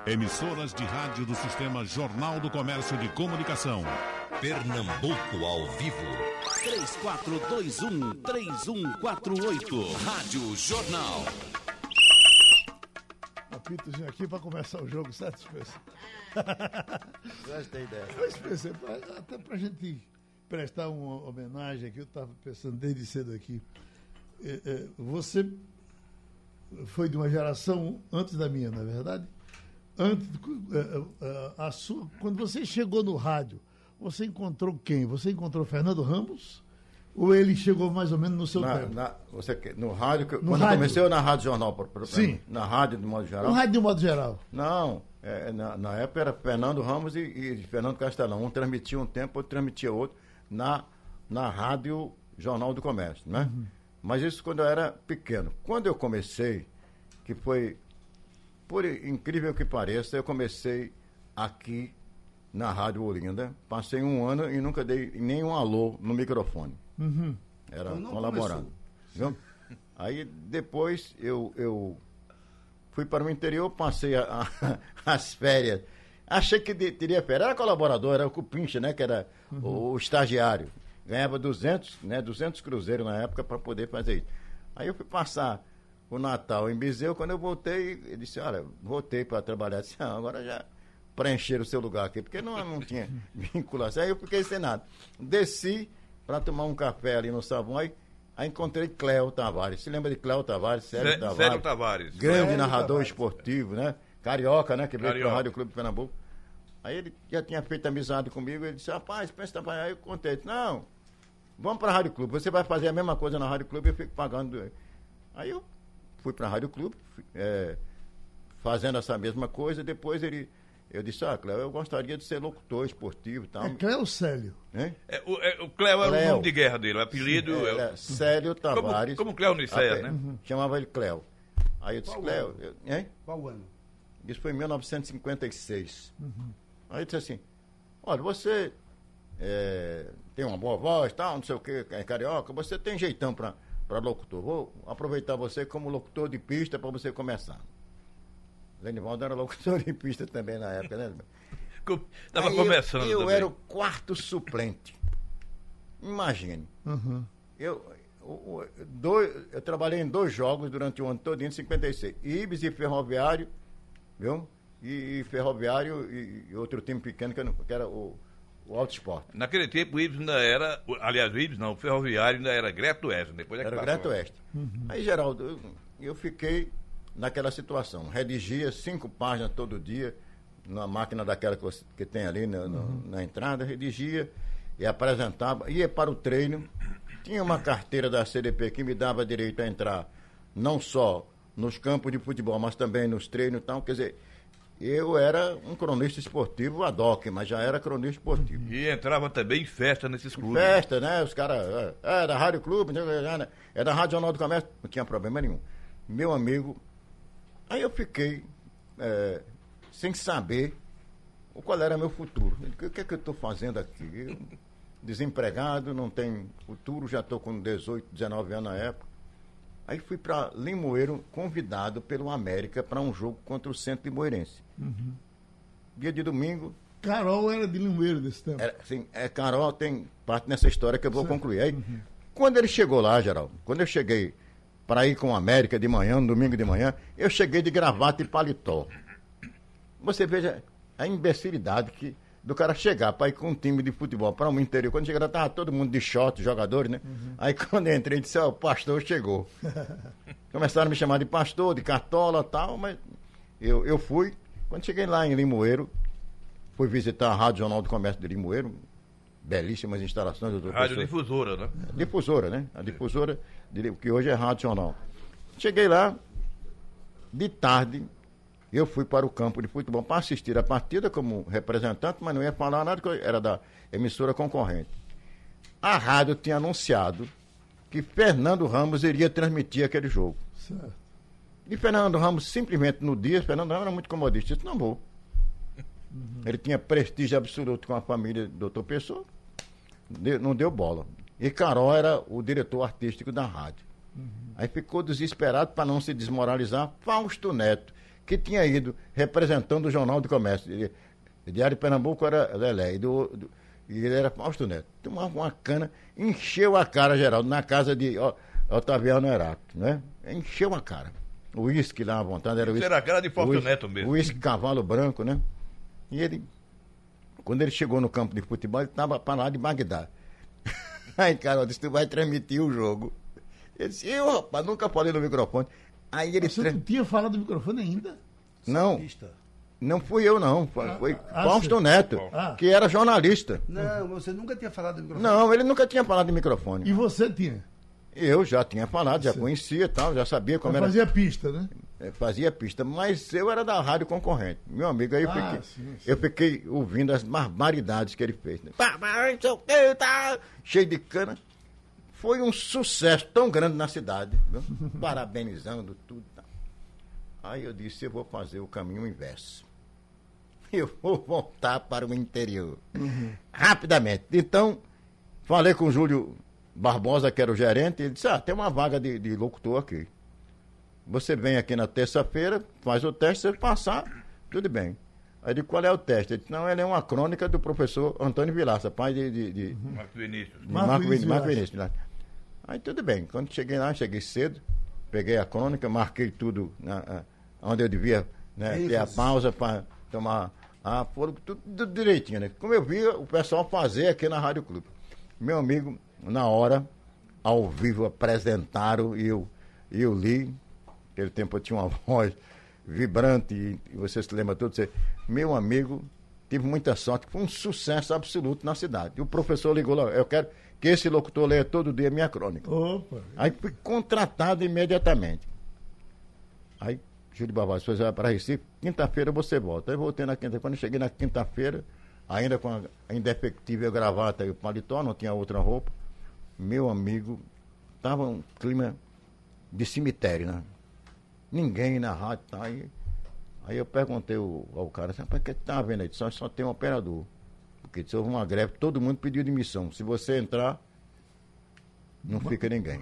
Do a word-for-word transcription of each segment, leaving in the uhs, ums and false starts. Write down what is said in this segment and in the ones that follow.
Emissoras de rádio do Sistema Jornal do Comércio de Comunicação. Pernambuco ao vivo. três quatro dois um, três um quatro oito. Rádio Jornal. Apitozinho aqui para começar o jogo, certo, Spencer? Gostei dessa. Mas, Spencer, até para a gente prestar uma homenagem aqui, eu estava pensando desde cedo aqui. É, é, você foi de uma geração antes da minha, não é verdade? Antes, a sua, quando você chegou no rádio, você encontrou quem? Você encontrou Fernando Ramos? Ou ele chegou mais ou menos no seu na, tempo? Na, você, no rádio, que, no quando rádio. eu comecei ou na Rádio Jornal? Pra, pra, Sim. Na rádio, de modo geral? No rádio, de modo geral. Não, é, na, na época era Fernando Ramos e, e Fernando Castelão. Um transmitia um tempo, outro transmitia outro, na, na Rádio Jornal do Comércio, né? Uhum. Mas isso quando eu era pequeno. Quando eu comecei, que foi... Por incrível que pareça, eu comecei aqui na Rádio Olinda, passei um ano e nunca dei nenhum alô no microfone. Uhum. Era colaborando. Viu? Aí depois eu, eu fui para o interior, passei a, a, as férias. Achei que de, teria férias. Era colaborador, era o Cupincha, né? Que era uhum. o, o estagiário. Ganhava duzentos, né, duzentos cruzeiros na época para poder fazer isso. Aí eu fui passar o Natal em Bezerro. Quando eu voltei, ele disse, olha, voltei para trabalhar. Eu disse, ah, agora já preencheram o seu lugar aqui, porque não, não tinha vinculação. Aí eu fiquei sem nada. Desci para tomar um café ali no Savoy, aí encontrei Cléo Tavares. Se lembra de Cléo Tavares? Célio Cé, Tavares. Célio Tavares. Grande Célio narrador Tavares. esportivo, né? Carioca, né? Que veio Carioca. para a Rádio Clube de Pernambuco. Aí ele já tinha feito amizade comigo, ele disse, rapaz, pensa em Aí eu contei, disse, não, vamos para a Rádio Clube, você vai fazer a mesma coisa na Rádio Clube e eu fico pagando. Aí eu fui para a Rádio Clube, é, fazendo essa mesma coisa, depois ele, eu disse, ah, Cléo, eu gostaria de ser locutor esportivo e tal. É Cléo Célio. Hein? É, o, é, o Cléo era Cléo. o nome de guerra dele, o apelido... É, é, é, Célio Tavares. Como, como Cléo Nicéia, né? Uhum. Chamava ele Cléo. Aí eu disse, Qual Cléo, ano? eu, hein? Qual ano? Isso foi em mil novecentos e cinquenta e seis. Uhum. Aí eu disse assim, olha, você é, tem uma boa voz, tal, não sei o que, é carioca, você tem jeitão para locutor. Vou aproveitar você como locutor de pista para você começar. Lenivaldo era locutor de pista também na época, né? Estava Aí começando Eu, eu também. era o quarto suplente. Imagine. Uhum. Eu, eu, dois, eu trabalhei em dois jogos durante o ano todo, em cinquenta e seis. Ibis e Ferroviário, viu? E, e Ferroviário e, e outro time pequeno que, eu não, que era o, o Alto Esporte. Naquele tempo o Ibis ainda era, aliás, o Ibis não, o Ferroviário ainda era Greto Oeste, depois é que Era passou. Greto Oeste. Uhum. Aí, Geraldo, eu, eu fiquei naquela situação. Redigia cinco páginas todo dia, na máquina daquela que, você, que tem ali na, uhum. na entrada, redigia e apresentava, ia para o treino. Tinha uma carteira da C D P que me dava direito a entrar não só nos campos de futebol, mas também nos treinos e tal. Quer dizer, eu era um cronista esportivo ad hoc, mas já era cronista esportivo. E entrava também em festa nesses clubes. Festa, né? Os caras, é, é da Rádio Clube, é da Rádio Jornal do Comércio, não tinha problema nenhum. Meu amigo, aí eu fiquei é, sem saber qual era meu futuro. O que é que eu estou fazendo aqui? Eu, desempregado, não tem futuro, já estou com dezoito, dezenove anos na época. Aí fui para Limoeiro, convidado pelo América para um jogo contra o Centro Limoeirense. Uhum. Dia de domingo. Carol era de Limoeiro desse tempo. Era, assim, é, Carol tem parte nessa história que eu vou certo. concluir. Aí, uhum. Quando ele chegou lá, Geraldo, quando eu cheguei para ir com o América de manhã, no domingo de manhã, eu cheguei de gravata e paletó. Você veja a imbecilidade que do cara chegar para ir com um time de futebol para um interior. Quando chegou lá, estava todo mundo de short, jogadores, né? Uhum. Aí quando eu entrei, disse, ó, oh, o pastor chegou. Começaram a me chamar de pastor, de cartola e tal, mas eu, eu fui. Quando cheguei lá em Limoeiro, fui visitar a Rádio Jornal do Comércio de Limoeiro, belíssimas instalações. Do Rádio Difusora, né? Difusora, né? A Difusora, que hoje é Rádio Jornal. Cheguei lá, de tarde, eu fui para o campo de futebol para assistir a partida como representante, mas não ia falar nada, porque era da emissora concorrente. A rádio tinha anunciado que Fernando Ramos iria transmitir aquele jogo. Certo. E Fernando Ramos, simplesmente no dia, Fernando Ramos era muito comodista, disse, não vou. Uhum. Ele tinha prestígio absoluto com a família do doutor Pessoa, não deu bola. E Carol era o diretor artístico da rádio. Uhum. Aí ficou desesperado para não se desmoralizar. Fausto Neto, que tinha ido representando o Jornal do Comércio. O Diário de Pernambuco era Lelé, e, do, do, e ele era Fausto Neto. Tomava uma cana, encheu a cara, Geraldo, na casa de ó, Otaviano Erato, né? Encheu a cara. O uísque lá à vontade era o uísque. Era a cara de Fausto Neto mesmo. O uísque cavalo branco, né? E ele, quando ele chegou no campo de futebol, ele estava para lá de Bagdá. Aí, cara, disse, tu vai transmitir o jogo. Ele disse, eu, rapaz, nunca falei no microfone. Aí ele... Você tra... não tinha falado no microfone ainda? Não, não fui eu não, foi, Ah, foi ah, Fausto sim. Neto, Ah. que era jornalista. Não, você nunca tinha falado do microfone. Não, ele nunca tinha falado de microfone. E você tinha? Eu já tinha falado, já Sim. conhecia e tal, já sabia como Você era. fazia pista, né? É, fazia pista, mas eu era da rádio concorrente. Meu amigo, aí eu, Ah, fiquei, sim, sim. eu fiquei ouvindo as barbaridades que ele fez. Né? Pá, pá, não sei o quê, tá, cheio de cana. Foi um sucesso tão grande na cidade, viu? Parabenizando tudo. Tá. Aí eu disse, eu vou fazer o caminho inverso. Eu vou voltar para o interior. Uhum. Rapidamente. Então, falei com o Júlio Barbosa, que era o gerente, e ele disse, ah, tem uma vaga de, de locutor aqui. Você vem aqui na terça-feira, faz o teste, se você passar, tudo bem. Aí eu disse, qual é o teste? Ele disse, não, ele é uma crônica do professor Antônio Vilaça, pai de, de, de, Marcos Vinícius. de Marco Marco, Vinícius Vin- Marco Vilaça. Vinícius. Vilaça. Aí tudo bem, quando cheguei lá, cheguei cedo, peguei a crônica, marquei tudo na, a- onde eu devia né, ter a pausa para tomar a foram tudo, tudo direitinho, né? Como eu via o pessoal fazer aqui na Rádio Clube. Meu amigo, na hora, ao vivo, apresentaram e eu, e eu li. Naquele tempo eu tinha uma voz vibrante e, e você se lembra tudo. Você, meu amigo, tive muita sorte, foi um sucesso absoluto na cidade. E o professor ligou lá, eu quero que esse locutor leia todo dia minha crônica. Opa. Aí fui contratado imediatamente. Aí, Júlio Barbosa, você vai para Recife, quinta-feira você volta. Aí voltei na quinta, quando eu cheguei na quinta-feira, ainda com a, a indefectível gravata e o paletó, não tinha outra roupa, meu amigo, tava um clima de cemitério, né? Ninguém na rádio, tá aí. Aí eu perguntei ao, ao cara, assim, rapaz, o que tá vendo aí? Só, só tem um operador. Porque se houve uma greve, todo mundo pediu demissão. Se você entrar, não fica ninguém.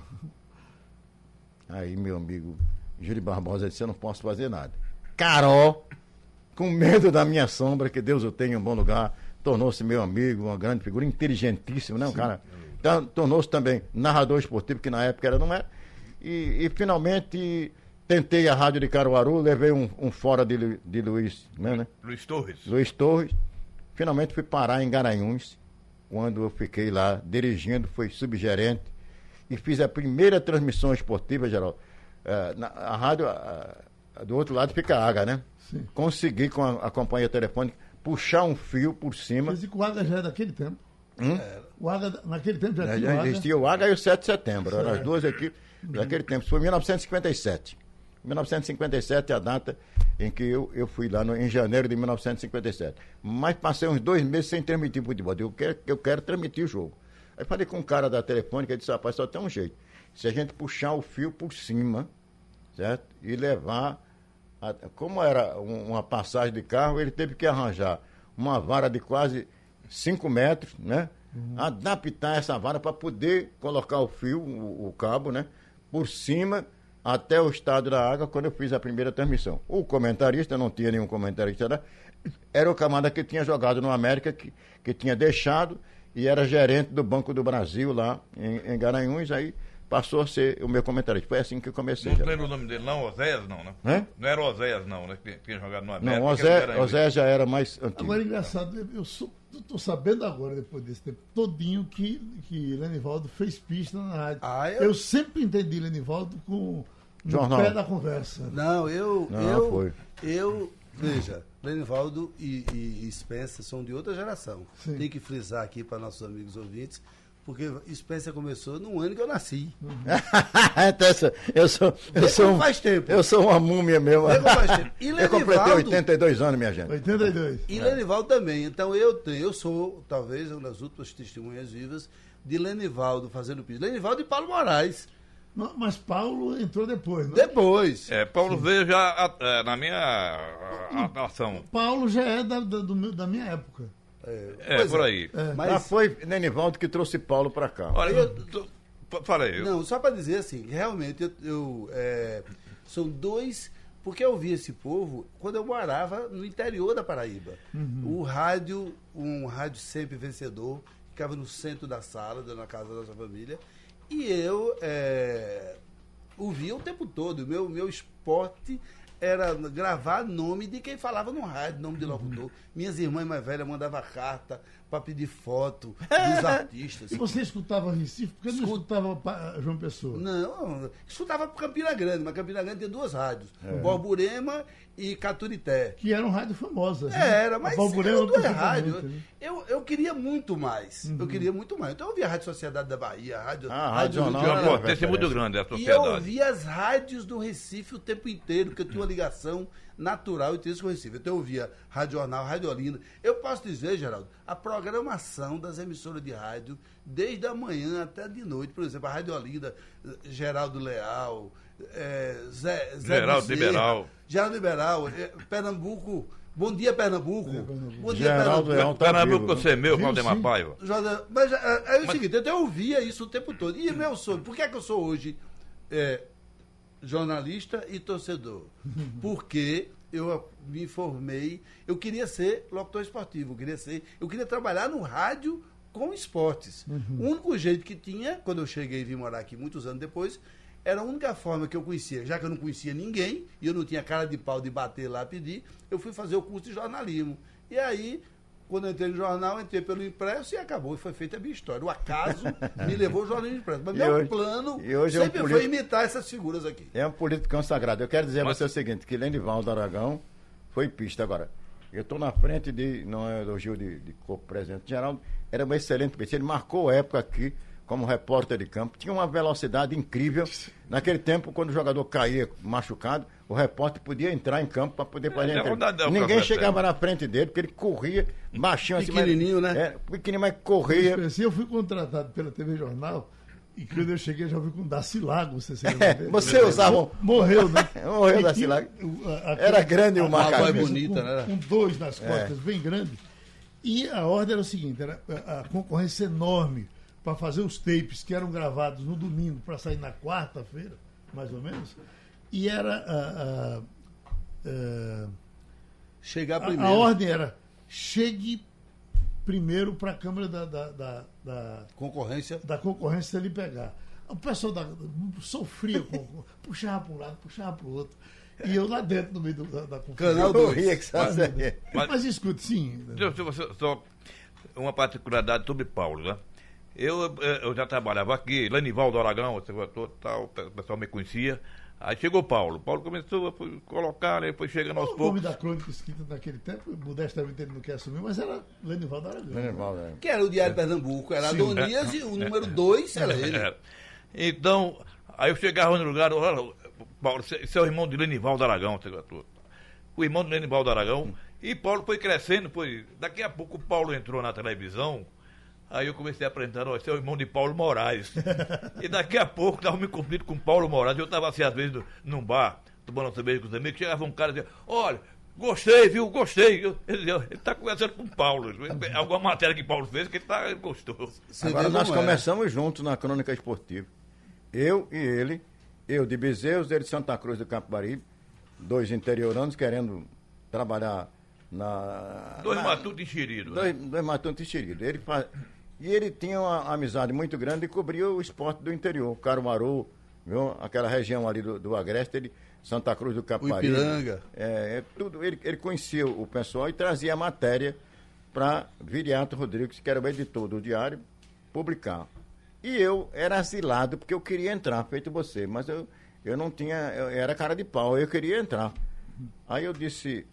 Aí, meu amigo Júlio Barbosa disse, eu não posso fazer nada. Carol, com medo da minha sombra, que Deus o tenha em um bom lugar, tornou-se meu amigo, uma grande figura, inteligentíssimo, né? Um cara, então, tornou-se também narrador esportivo, que na época era, não era. E, e finalmente tentei a rádio de Caruaru, levei um, um fora de, Lu- de Luiz, né, né? Luiz Torres. Luiz Torres. Finalmente fui parar em Garanhuns, quando eu fiquei lá dirigindo, fui subgerente e fiz a primeira transmissão esportiva, Geraldo. Eh, na, a rádio, ah, do outro lado fica a Água, né? Sim. Consegui com a, a companhia telefônica puxar um fio por cima. Quer dizer que o Águia já é daquele tempo. Hum? O Águia, naquele tempo já Já, tinha o já Águia. existia o Água e o sete de setembro, eram as Certo. duas equipes daquele tempo. Isso foi em mil novecentos e cinquenta e sete. mil novecentos e cinquenta e sete é a data em que eu, eu fui lá no, em janeiro de mil novecentos e cinquenta e sete. Mas passei uns dois meses sem transmitir futebol. Eu quero, eu quero transmitir o jogo. Aí falei com um cara da telefônica e disse, rapaz, só tem um jeito. Se a gente puxar o fio por cima, certo? E levar... a- como era um- uma passagem de carro, ele teve que arranjar uma vara de quase cinco metros, né? Adaptar essa vara para poder colocar o fio, o, o cabo, né? Por cima até o estado da água quando eu fiz a primeira transmissão. O comentarista, não tinha nenhum comentarista lá, era o camarada que tinha jogado no América, que, que tinha deixado e era gerente do Banco do Brasil lá em, em Garanhuns, aí passou a ser o meu comentarista. Foi assim que eu comecei. Não já. lembro o nome dele, não? Oséias, não, né? Hã? Não era Oséias, não, né? Que tinha jogado no América. Não, o que era Zé, Garanhuns. o Zé já era mais antigo. Agora, engraçado, eu estou sabendo agora, depois desse tempo todinho, que, que Lenivaldo fez pista na rádio. Ah, eu- eu... sempre entendi Lenivaldo com no Jornal. pé da conversa. Não, eu. Não, eu, foi. eu veja, Lenivaldo e, e, e Spencer são de outra geração. Sim. Tem que frisar aqui para nossos amigos ouvintes, porque Spencer começou no ano que eu nasci. Então, eu sou, eu sou, eu Vê sou, como um- faz tempo. eu sou uma múmia mesmo. Vê como faz tempo. E Eu completei Lenivaldo- oitenta e dois anos, minha gente. oitenta e dois. E Lenivaldo também. Então eu tenho, eu sou, talvez, uma das últimas testemunhas vivas de Lenivaldo fazendo pista. Lenivaldo e Paulo Moraes. Não, mas Paulo entrou depois, né? Depois. É, Paulo veio já a- é, na minha a- a- ação. Paulo já é da, da, do meu- da minha época. É, Pois por é. aí. Já Mas, foi Nenivaldo que trouxe Paulo pra cá. Olha, eu, tô- fa- fala aí. eu- não, só para dizer assim, realmente eu, eu, é, são dois Porque eu vi esse povo quando eu morava no interior da Paraíba. Uhum. O rádio, um rádio sempre vencedor, ficava no centro da sala, na casa da nossa família, e eu é, o via o tempo todo. O meu, meu esporte era gravar nome de quem falava no rádio, nome de locutor. Uhum. Minhas irmãs mais velhas mandavam carta para pedir foto dos artistas. E você escutava Recife? Por que não escutava João Pessoa? Não, escutava Campina Grande, mas Campina Grande tem duas rádios, é. Borborema e Caturité. Que eram rádios famosas. Né? Era, mas eram duas rádios. Né? Eu, eu queria muito mais, uhum. eu queria muito mais. Então eu ouvia a Rádio Sociedade da Bahia, a Rádio... Ah, a Rádio Jornal. Tinha uma potência muito grande a Sociedade. E eu ouvia as rádios do Recife o tempo inteiro, porque eu tinha uma ligação natural e intensa com o Recife. Então eu ouvia Rádio Jornal, Rádio Olinda. Eu posso dizer, Geraldo, a programação das emissoras de rádio, desde a manhã até de noite, por exemplo, a Rádio Olinda, Geraldo Leal, é, Zé, Zé Geraldo Bezerra, Liberal. Geraldo Liberal, é, Pernambuco, Bom Dia Pernambuco. É, Pernambuco. Bom Dia Geraldo Pernambuco. Tá Pernambuco, você é meu, Valdemar Paiva. Mas é, é o Mas... seguinte, eu ouvia isso o tempo todo. E meu sonho, por que é que eu sou hoje é, jornalista e torcedor? Porque eu me formei, eu queria ser locutor esportivo, eu queria ser, eu queria trabalhar no rádio com esportes. Uhum. O único jeito que tinha, quando eu cheguei e vim morar aqui muitos anos depois, era a única forma que eu conhecia, já que eu não conhecia ninguém, e eu não tinha cara de pau de bater lá, pedir, eu fui fazer o curso de jornalismo. E aí, quando eu entrei no jornal, eu entrei pelo impresso e acabou, e foi feita a minha história. O acaso me levou ao jornalismo impresso. Mas e meu hoje, plano sempre é um político, foi imitar essas figuras aqui. É um político consagrado. Eu quero dizer Mas... a você o seguinte, que Lenivaldo Aragão foi pista agora. Eu estou na frente de, não é elogio de, de corpo presente, Geraldo, era uma excelente pista. Ele marcou época aqui como repórter de campo, tinha uma velocidade incrível. Naquele tempo, quando o jogador caía machucado, o repórter podia entrar em campo para poder fazer é, entrevista. Ninguém chegava é. na frente dele, porque ele corria baixinho assim. Pequenininho, mas, né? É, pequenininho, mas corria. Eu, eu fui contratado pela T V Jornal e quando eu cheguei já fui com o Dacilago, você se lembra dele? Você usava... Morreu, né? Morreu o Dacilago. Era grande o marcador. É bonita, com, né? Com dois nas costas, é. bem grande. E a ordem era o seguinte, era a concorrência enorme para fazer os tapes que eram gravados no domingo para sair na quarta-feira, mais ou menos, e era a, a, a, chegar a, primeiro. A ordem era chegue primeiro para a Câmara da, da, da, da concorrência da concorrência ali pegar. O pessoal da, sofria com puxava para um lado, puxava para o outro. E eu lá dentro, no meio do, da, da confusão. Canal do Rio, que mas, mas, mas escute, sim. Só, só uma particularidade sobre Paulo, né? Eu, eu já trabalhava aqui, Lenivaldo Aragão, o tal, o pessoal me conhecia. Aí chegou o Paulo. Paulo começou a colocar, né, foi chegando aos o poucos. O nome da crônica escrita naquele tempo, modestamente ele não quer assumir, mas era Lenivaldo Aragão. Lenivaldo, é. Que era o Diário é. Pernambuco, era Sim. Adonias é. e o número dois era ele. É. Então, aí eu chegava no lugar, olha, Paulo, esse é o irmão de Lenivaldo Aragão, o irmão de Lenivaldo Aragão. E Paulo foi crescendo, foi. Daqui a pouco o Paulo entrou na televisão. Aí eu comecei a apresentar, ó, esse é o irmão de Paulo Moraes. E daqui a pouco estava me cumprindo com Paulo Moraes. Eu estava assim, às vezes, no, num bar, tomando uma cerveja com os amigos, chegava um cara e dizia, olha, gostei, viu, gostei. Eu, ele está conversando com o Paulo. Alguma matéria que Paulo fez que ele, tá, ele gostou. Você Agora nós é. começamos juntos na Crônica Esportiva. Eu e ele, eu de Bezerros, ele de Santa Cruz do Capibaribe, dois interioranos querendo trabalhar na... Dois na, matutos enxeridos. Dois, dois matutos enxeridos. Ele faz... E ele tinha uma amizade muito grande e cobria o esporte do interior, Caruaru, viu? Aquela região ali do, do Agreste, ele, Santa Cruz do Capibaribe. O Ipiranga. É, é, tudo, ele, ele conhecia o pessoal e trazia a matéria para Viriato Rodrigues, que era o editor do diário, publicar. E eu era asilado, porque eu queria entrar, feito você, mas eu, eu não tinha, eu era cara de pau, eu queria entrar. Aí eu disse,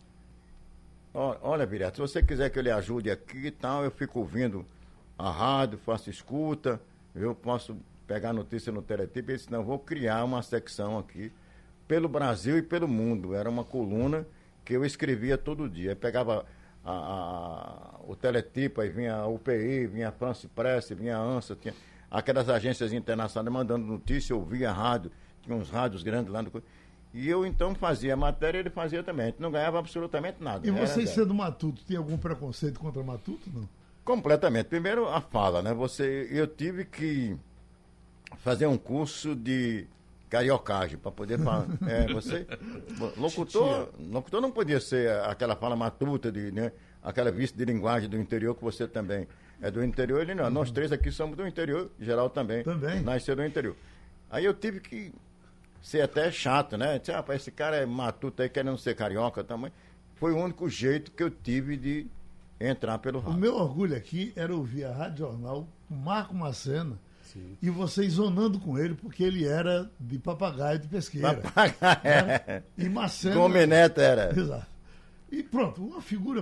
olha, Viriato, se você quiser que eu lhe ajude aqui e tal, eu fico ouvindo a rádio, faço escuta, eu posso pegar notícia no Teletipo, e disse, não, vou criar uma secção aqui pelo Brasil e pelo mundo. Era uma coluna que eu escrevia todo dia. Aí pegava a, a, o Teletipo, aí vinha a U P I, vinha a France Press, vinha a ANSA, tinha aquelas agências internacionais mandando notícia, eu ouvia a rádio, tinha uns rádios grandes lá no... E eu então fazia a matéria, ele fazia também. A gente não ganhava absolutamente nada. E você sendo matuto, tem algum preconceito contra matuto, não? Completamente. Primeiro a fala, né? Você, eu tive que fazer um curso de cariocagem, para poder falar. É, você. Locutor, locutor não podia ser aquela fala matuta, de, né, aquela vício de linguagem do interior, que você também é do interior. Ele não. Uhum. Nós três aqui somos do interior, geral também. Também. Nasceu do interior. Aí eu tive que ser até chato, né? Disse, ah, esse cara é matuto aí, querendo ser carioca também. Foi o único jeito que eu tive de entrar pelo rádio. O meu orgulho aqui era ouvir a Rádio Jornal, o Marco Macena, sim, e vocês zonando com ele, porque ele era de papagaio de pesqueira. Papagaio. Né? E Macena... Gomineta era. Exato. E pronto, uma figura...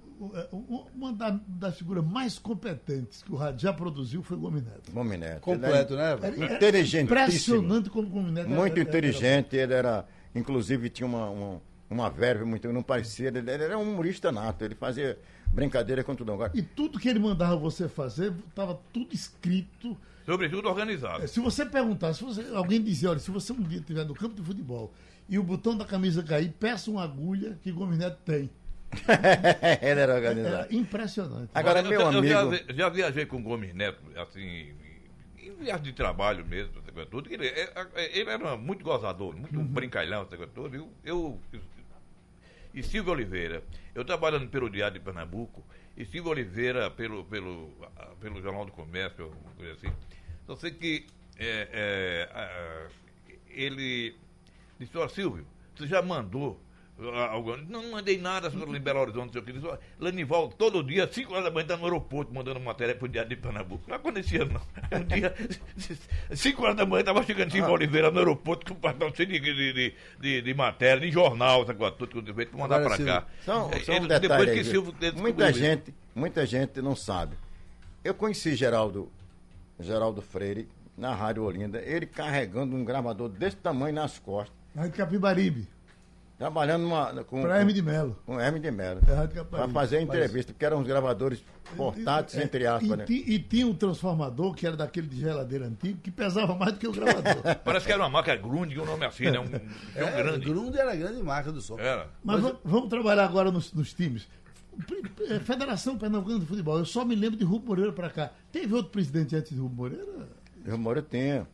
Uma das figuras mais competentes que o rádio já produziu foi o Gomineta. Gomineta. Completo, né? Era inteligentíssimo. Impressionante como o Gomineta muito era, inteligente, era... ele era... Inclusive tinha uma... uma... uma verve muito, não parecia, ele era um humorista nato, ele fazia brincadeira com tudo agora. E tudo que ele mandava você fazer, estava tudo escrito. Sobretudo organizado. Se você perguntar, se você, alguém dizer, olha, se você um dia estiver no campo de futebol e o botão da camisa cair, peça uma agulha que Gomes Neto tem. Ele era organizado. Era impressionante. Agora, eu, meu eu, amigo... Eu já, já viajei com o Gomes Neto, assim... em viagem de trabalho mesmo, tudo. Ele, ele era muito gozador, muito uhum. brincalhão, tudo. Eu, eu, e Silvio Oliveira, eu trabalhando pelo Diário de Pernambuco, e Silvio Oliveira pelo, pelo, pelo Jornal do Comércio, coisa assim. Só sei que é, é, ele disse, ó, Silvio, você já mandou algo? Não mandei nada sobre em Belo Horizonte, não sei o que. Lanival, todo dia, cinco horas da manhã, está no aeroporto mandando matéria para o Diário de Pernambuco. Não acontecia, não. Um dia, cinco horas da manhã, estava chegando Silvio ah. Oliveira no aeroporto com um patrão de, de, de, de, de matéria, de jornal, essa coisa, tudo que eu feito para mandar para cá. São, são ele, um depois que aí, Silvio, muita gente, muita gente não sabe. Eu conheci Geraldo, Geraldo Freire na Rádio Olinda, ele carregando um gravador desse tamanho nas costas. Rádio Capibaribe. Trabalhando numa, com... Para Hermes de Melo. Com Hermes de Melo. É, para fazer entrevista, porque eram uns gravadores portáteis, é, entre aspas, e, né? E, e tinha um transformador, que era daquele de geladeira antigo, que pesava mais do que o gravador. Parece que era uma marca Grund, um nome assim, né? Um, um é, grande. Grund era a grande marca do som. Era. Mas, Mas vamos trabalhar agora nos, nos times. Federação Pernambucana de Futebol, eu só me lembro de Rubem Moreira para cá. Teve outro presidente antes de Rubem Moreira? Rubem Moreira tinha.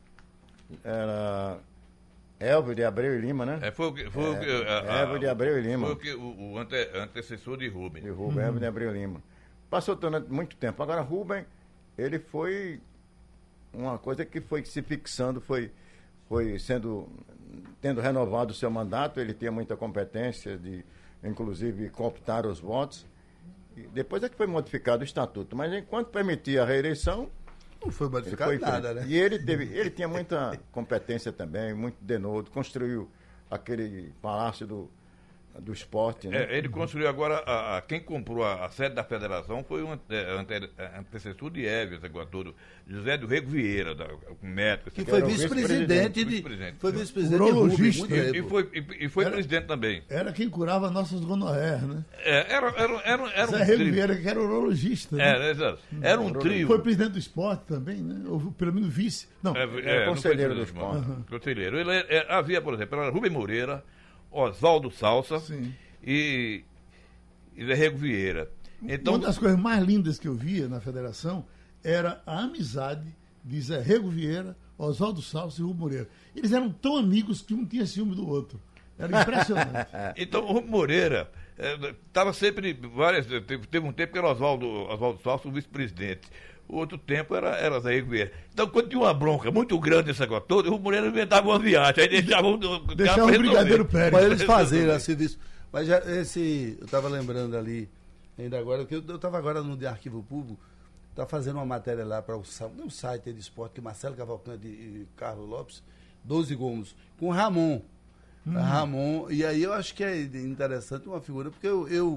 Era... Elvio de Abreu e Lima, né? É, foi o que. Foi o que é, Elvio de Abreu e Lima. Foi o, que, o, o ante, antecessor de Rubem. De Rubem, uhum. Elvio de Abreu e Lima. Passou durante muito tempo. Agora, Rubem, ele foi uma coisa que foi se fixando, foi, foi sendo, tendo renovado o seu mandato, ele tinha muita competência de, inclusive, cooptar os votos. E depois é que foi modificado o estatuto. Mas enquanto permitia a reeleição, não foi modificado foi nada, né? E ele, teve, ele tinha muita competência também, muito denodo, construiu aquele palácio do, do esporte, né? É, ele construiu agora, a, a, quem comprou a, a sede da federação foi o ante, ante, antecessor de Hélio, todo, José do Rego Vieira, da, o médico. Que foi vice-presidente de... Vice foi vice-presidente de Rubem, muito e, e foi, e, e foi era, presidente também. Era quem curava nossas gonorreias, né? É, era, era, era, era Zé um Rego Vieira, que era urologista. Né? Era, exato. Era um trio. Foi presidente do esporte também, né? Ou pelo menos vice. Não, é, é, é conselheiro do esporte. Uhum. Conselheiro. Ele, é, havia, por exemplo, era Rubem Moreira, Oswaldo Salsa, sim, e, e Zé Rego Vieira. Então, uma das coisas mais lindas que eu via na federação era a amizade de Zé Rego Vieira, Oswaldo Salsa e Rubem Moreira. Eles eram tão amigos que um tinha ciúme do outro. Era impressionante. Então, o Rubem Moreira estava é, sempre várias. Teve, teve um tempo que era Oswaldo, Oswaldo Salsa, o vice-presidente. O outro tempo era, era Zé Rego Vieira. Então, quando tinha uma bronca muito grande esse negócio todo, o Rubem Moreira inventava uma viagem. Aí deixava o deixava o Brigadeiro Pérez. Para eles fazerem a serviço. Mas já, esse, eu estava lembrando ali, ainda agora, que eu estava agora no de Arquivo Público, estava fazendo uma matéria lá para o um site de esporte, que Marcelo Cavalcante e Carlos Lopes, doze Gomos, com Ramon. Hum. Ramon, e aí eu acho que é interessante uma figura, porque eu, eu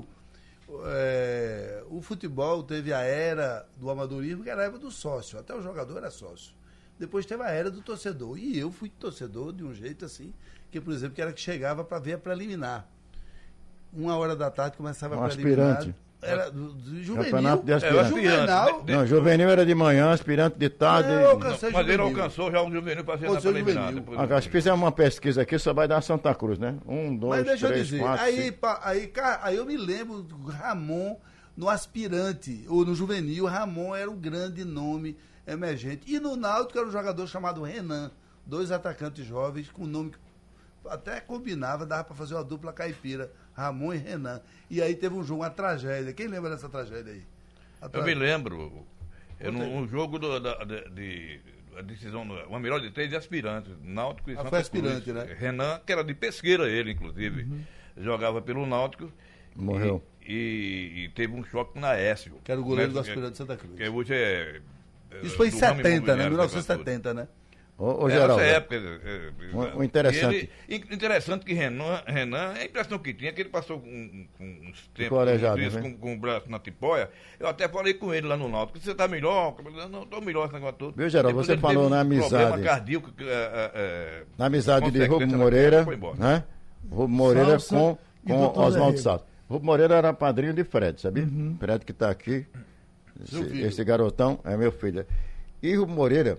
é, o futebol teve a era do amadorismo, que era a era do sócio, até o jogador era sócio. Depois teve a era do torcedor, e eu fui torcedor de um jeito assim, que por exemplo, que era que chegava para ver a preliminar. Uma hora da tarde começava um a preliminar. Aspirante. Era do, do juvenil. Campeonato de aspirante. É, juvenal. Não, juvenil era de manhã, aspirante de tarde. Eu alcancei não, mas ele alcançou já o juvenil para ser na preliminar. Agora, se fizer uma pesquisa aqui, só vai dar Santa Cruz, né? Um, dois, mas deixa três, eu dizer, quatro, aí, pa, aí, cara, aí eu me lembro do Ramon no aspirante, ou no juvenil, Ramon era um grande nome emergente. E no Náutico era um jogador chamado Renan, dois atacantes jovens com nome que até combinava, dava para fazer uma dupla caipira, Ramon e Renan. E aí teve um jogo, uma tragédia. Quem lembra dessa tragédia aí? A tra... Eu me lembro. Eu, num um jogo do, da, de, de a decisão, uma melhor de três de aspirantes, Náutico e ah, Santa foi aspirante, Cruz. né? Renan, que era de Pesqueira ele, inclusive, uhum. jogava pelo Náutico. Morreu. E, e, e teve um choque com o Naécio. Que era o goleiro né? do aspirante de Santa Cruz. Que hoje é... Isso foi em setenta, né? mil novecentos e setenta, né? Ô, ô, Geraldo, é, época, é, o, o interessante... Ele, interessante que Renan, Renan, a impressão que tinha é que ele passou um, um, uns tempos um com, com o braço na tipóia. Eu até falei com ele lá no Náutico, você tá melhor? Eu não estou melhor esse negócio todo. Viu, Geraldo, você falou na amizade. Problema cardíaco. É, é, na amizade de Rubem Moreira, né? Rubem Moreira Salsa com, com Oswaldo Salsa. Rubem Moreira era padrinho de Fred, sabia? Uhum. Fred que está aqui, esse, esse garotão é meu filho. E Rubem Moreira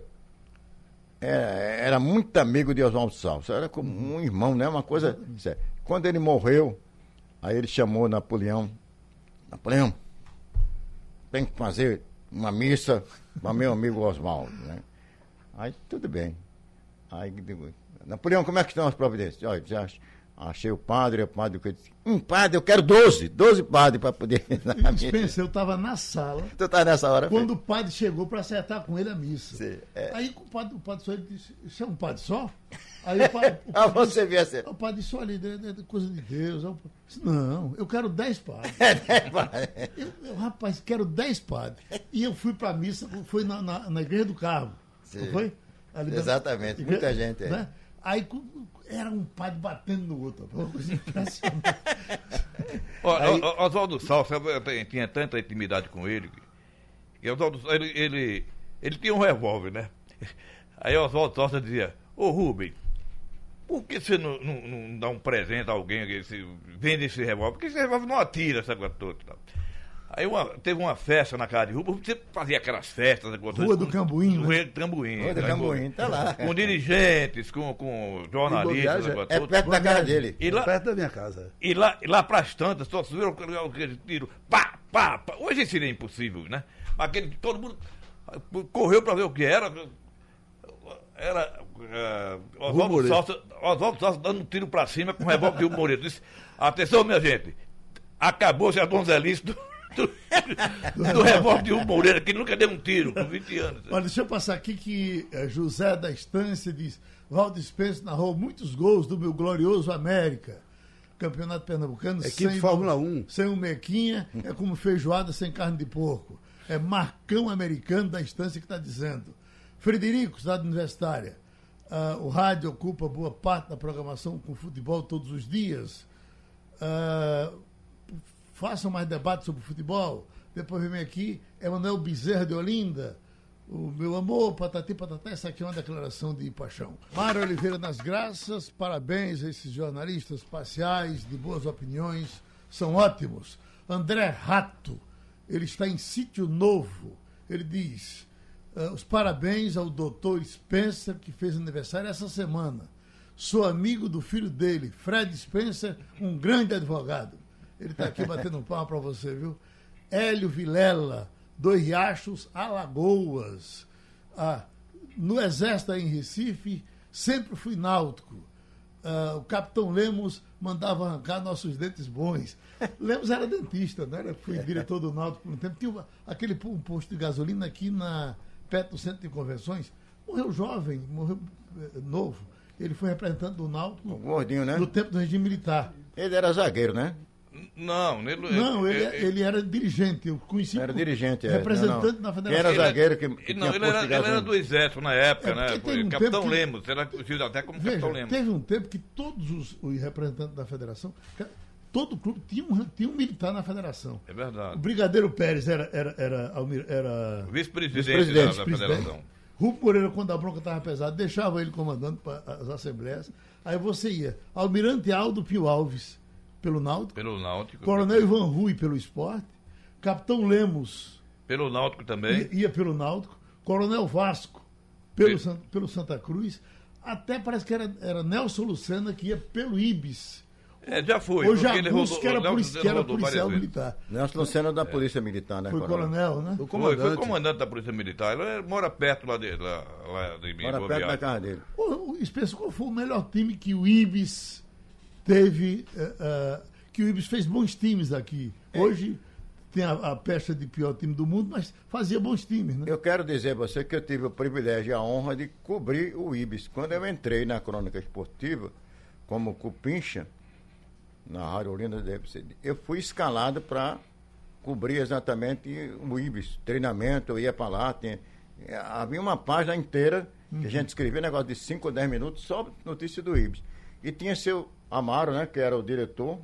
é, era muito amigo de Oswaldo Salsa, era como um irmão, né? Uma coisa séria. Quando ele morreu, aí ele chamou Napoleão. Napoleão, tem que fazer uma missa para meu amigo Oswaldo, né? Aí tudo bem. Aí digo, Napoleão, como é que estão as providências? Olha, já achei o padre, o padre que disse, um padre, eu quero doze, doze padres para poder ir na missa. Spencer, eu estava na sala. Tu estava nessa hora? Quando filho? o padre chegou para acertar com ele a missa. Sim, é. Aí o padre, o padre só disse, isso é um padre só? Aí o padre, o ah, padre você disse, viu assim. O padre disse, olha, é, é coisa de Deus. Eu disse, não, eu quero dez padres. eu, eu, rapaz, quero dez padres. E eu fui para a missa, foi na, na, na Igreja do Carmo. Sim. Não foi? Ali, exatamente, igreja, muita gente. É. Né? Aí era um padre batendo no outro. Uma coisa impressionante. Aí... Oswaldo Salsa, eu tinha tanta intimidade com ele. E Oswaldo, ele, ele, ele tinha um revólver, né? Aí Oswaldo Salsa dizia, ô Rubem, por que você não, não, não dá um presente a alguém que se, vende esse revólver? Porque esse revólver não atira essa coisa toda. Aí uma, teve uma festa na casa de Rubem, você fazia aquelas festas. Rua do Cambuim, Rua do Cambuim. Rua do Cambuim, tá lá. Com dirigentes, com, com jornalistas. É perto da casa dele. E lá, é perto da minha casa. E lá, e lá pras tantas, só subiram aquele tiro, pá, pá, pá. Hoje seria impossível, né? Aquele, todo mundo correu pra ver o que era. Era uh, Oswaldo Salsa, Oswaldo Salsa dando um tiro pra cima com o revólver de Rubem Moreira. Disse, atenção, minha gente, acabou-se a donzelice do, do, do revólver de Rubem Moreira, que nunca deu um tiro, com vinte anos. Olha, deixa eu passar aqui que uh, José da Estância diz, Valdo Spencer narrou muitos gols do meu glorioso América. Campeonato Pernambucano. Equipe sem Fórmula um. Sem um mequinha, é como feijoada sem carne de porco. É Marcão Americano da Estância que está dizendo. Frederico, cidade universitária. Uh, o rádio ocupa boa parte da programação com futebol todos os dias. Uh, façam mais debate sobre futebol. Depois vem aqui, Emanuel Bezerra de Olinda. O meu amor, patati patatá, essa aqui é uma declaração de paixão. Mário Oliveira das Graças, parabéns a esses jornalistas parciais, de boas opiniões, são ótimos. André Rato, ele está em Sítio Novo, ele diz, uh, os parabéns ao doutor Spencer, que fez aniversário essa semana. Sou amigo do filho dele, Fred Spencer, um grande advogado. Ele está aqui batendo um palma para você, viu? Hélio Vilela, Dois Riachos, Alagoas. Ah, no Exército aí em Recife, sempre fui náutico. Ah, o capitão Lemos mandava arrancar nossos dentes bons. Lemos era dentista, né? Era, fui diretor do Náutico por um tempo. Tinha uma, aquele um posto de gasolina aqui na, perto do centro de convenções. Morreu jovem, morreu eh, novo. Ele foi representante do Náutico. O gordinho, né? No tempo do regime militar. Ele era zagueiro, né? Não, ele, não ele, ele, ele era dirigente. Eu conheci era dirigente, é. representante na federação. Era zagueiro que, que não, ele era, ele era do Exército na época, é, né? Foi um Capitão que, Lemos, era conhecido até como veja, Capitão Lemos. Teve um tempo que todos os, os representantes da federação, todo clube tinha um, tinha um militar na federação. É verdade. O Brigadeiro Pérez era, era, era, era vice-presidente vice da, da federação. Rubem Moreira, quando a bronca estava pesada, deixava ele comandando para as assembleias. Aí você ia. Almirante Aldo Pio Alves, pelo Náutico. Pelo Náutico. Coronel Ivan Rui, pelo Esporte. Capitão Lemos. Pelo Náutico também. Ia, ia pelo Náutico. Coronel Vasco, pelo, San, pelo Santa Cruz. Até parece que era, era Nelson Lucena, que ia pelo Ibis. É, já foi. Hoje porque ele Augusto, rodou- que era, o Nelson polici- que era rodou várias policial vezes. militar. Nelson Lucena da Polícia Militar, né? Foi coronel, né? O Foi, comandante. foi comandante da Polícia Militar. Ele mora perto lá de, lá, lá de mim. Mora Boa perto da Viagem. casa dele. O, o Spencer, qual foi o melhor time que o Ibis teve? eh, eh, que o Ibis fez bons times aqui. Hoje tem a, a pecha de pior time do mundo, mas fazia bons times, né? Eu quero dizer a você que eu tive o privilégio e a honra de cobrir o Ibis. Quando eu entrei na crônica esportiva, como cupincha, na Rádio Olinda, eu fui escalado para cobrir exatamente o Ibis. Treinamento, eu ia para lá. Tinha, havia uma página inteira que a gente escrevia, negócio de cinco ou dez minutos, só notícia do Ibis. E tinha seu Amaro, né, que era o diretor,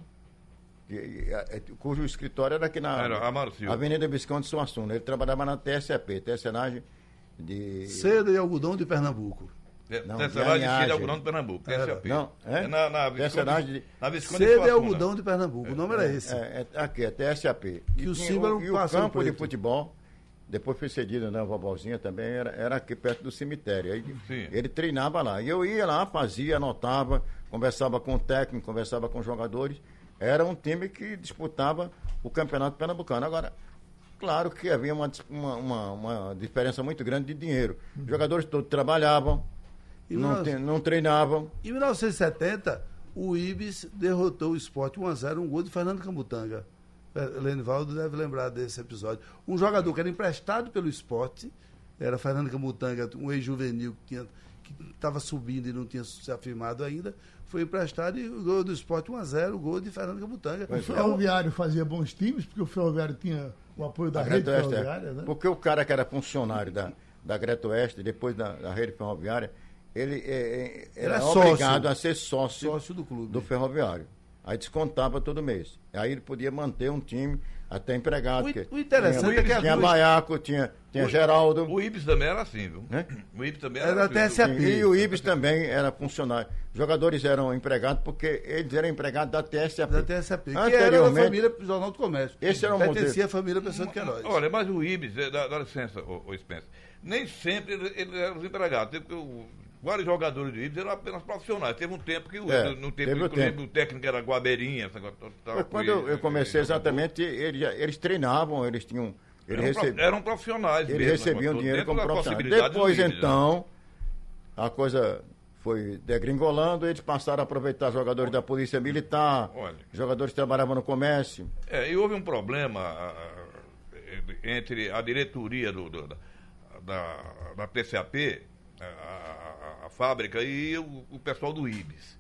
que, cujo escritório era aqui na Era Amaro Silva. Avenida Visconde Suassuna. Ele trabalhava na T S A P, tecelagem de... Seda e algodão de Pernambuco. Não, Tecelagem de de Cida alinhagem. Algodão de Pernambuco. T S A P. Não, é? É na, na Visconde, Tecelagem de- na Visconde Seda e Suassuna. algodão de Pernambuco. O nome era esse. É, é, aqui, é T S A P. Que E o tinha símbolo e o passa no campo de preto. futebol, depois foi cedido, né, o Vovozinha também, era, era aqui perto do cemitério. Aí, Sim. ele treinava lá. E eu ia lá, fazia, anotava, conversava com o técnico, conversava com os jogadores. Era um time que disputava o Campeonato Pernambucano. Agora, claro que havia uma, dis- uma, uma, uma diferença muito grande de dinheiro. Os jogadores todos trabalhavam, E não, nós- te- não treinavam. Em mil novecentos e setenta, o Ibis derrotou o Sport um a zero, um gol de Fernando Camutanga. Lenivaldo deve lembrar desse episódio. Um jogador que era emprestado pelo Sport, era Fernando Camutanga, um ex-juvenil que tinha- que estava subindo e não tinha se afirmado ainda, foi emprestado e o gol do Sport um a zero, o gol de Fernando Camutanga. O Ferroviário fazia bons times, porque o Ferroviário tinha o apoio da A rede Greta Oeste, é. ferroviária, né? Porque o cara que era funcionário da, da Greta Oeste, depois da, da rede ferroviária, ele é, é, era, Era sócio. obrigado a ser sócio, Sócio do clube. do ferroviário. Aí descontava todo mês. Aí ele podia manter um time até empregado. O in- porque o interessante tinha, é que tinha havia- Baiaco, tinha, tinha O- Geraldo. O Ibis também era assim, viu? Né? O Ibis também Era era, até assim. essa- E, e o Ibis também era funcionário. Os jogadores eram empregados porque eles eram empregados da T S A P. Da T S A P, que era da Anteriormente, família Jornal do Comércio. Esse era o Pertencia modelo. à família Pessoa de Queiroz. Olha, mas o Ibis, eh, dá, dá licença, o, o Spencer, nem sempre eles ele eram os empregados. Teve que o- vários jogadores do Ibis eram apenas profissionais. Teve um tempo que o, É, no tempo, teve o inclusive, tempo. o técnico era Guabeirinha. essa coisa toda, tal, Foi quando foi, eu, eu comecei eh, exatamente, eles, já- eles treinavam, eles tinham. Eles, Eram, pro- receb- eram profissionais eles mesmo, recebiam essa coisa dinheiro toda, como dentro da profissionais. possibilidade do Depois, Ibis, né? então, a coisa foi degringolando, eles passaram a aproveitar jogadores da Polícia Militar, Olha. jogadores que trabalhavam no comércio. É, e houve um problema ah, ah, entre a diretoria do, do- da, da, da T C A P, a, a- a fábrica, e o, o pessoal do Ibis.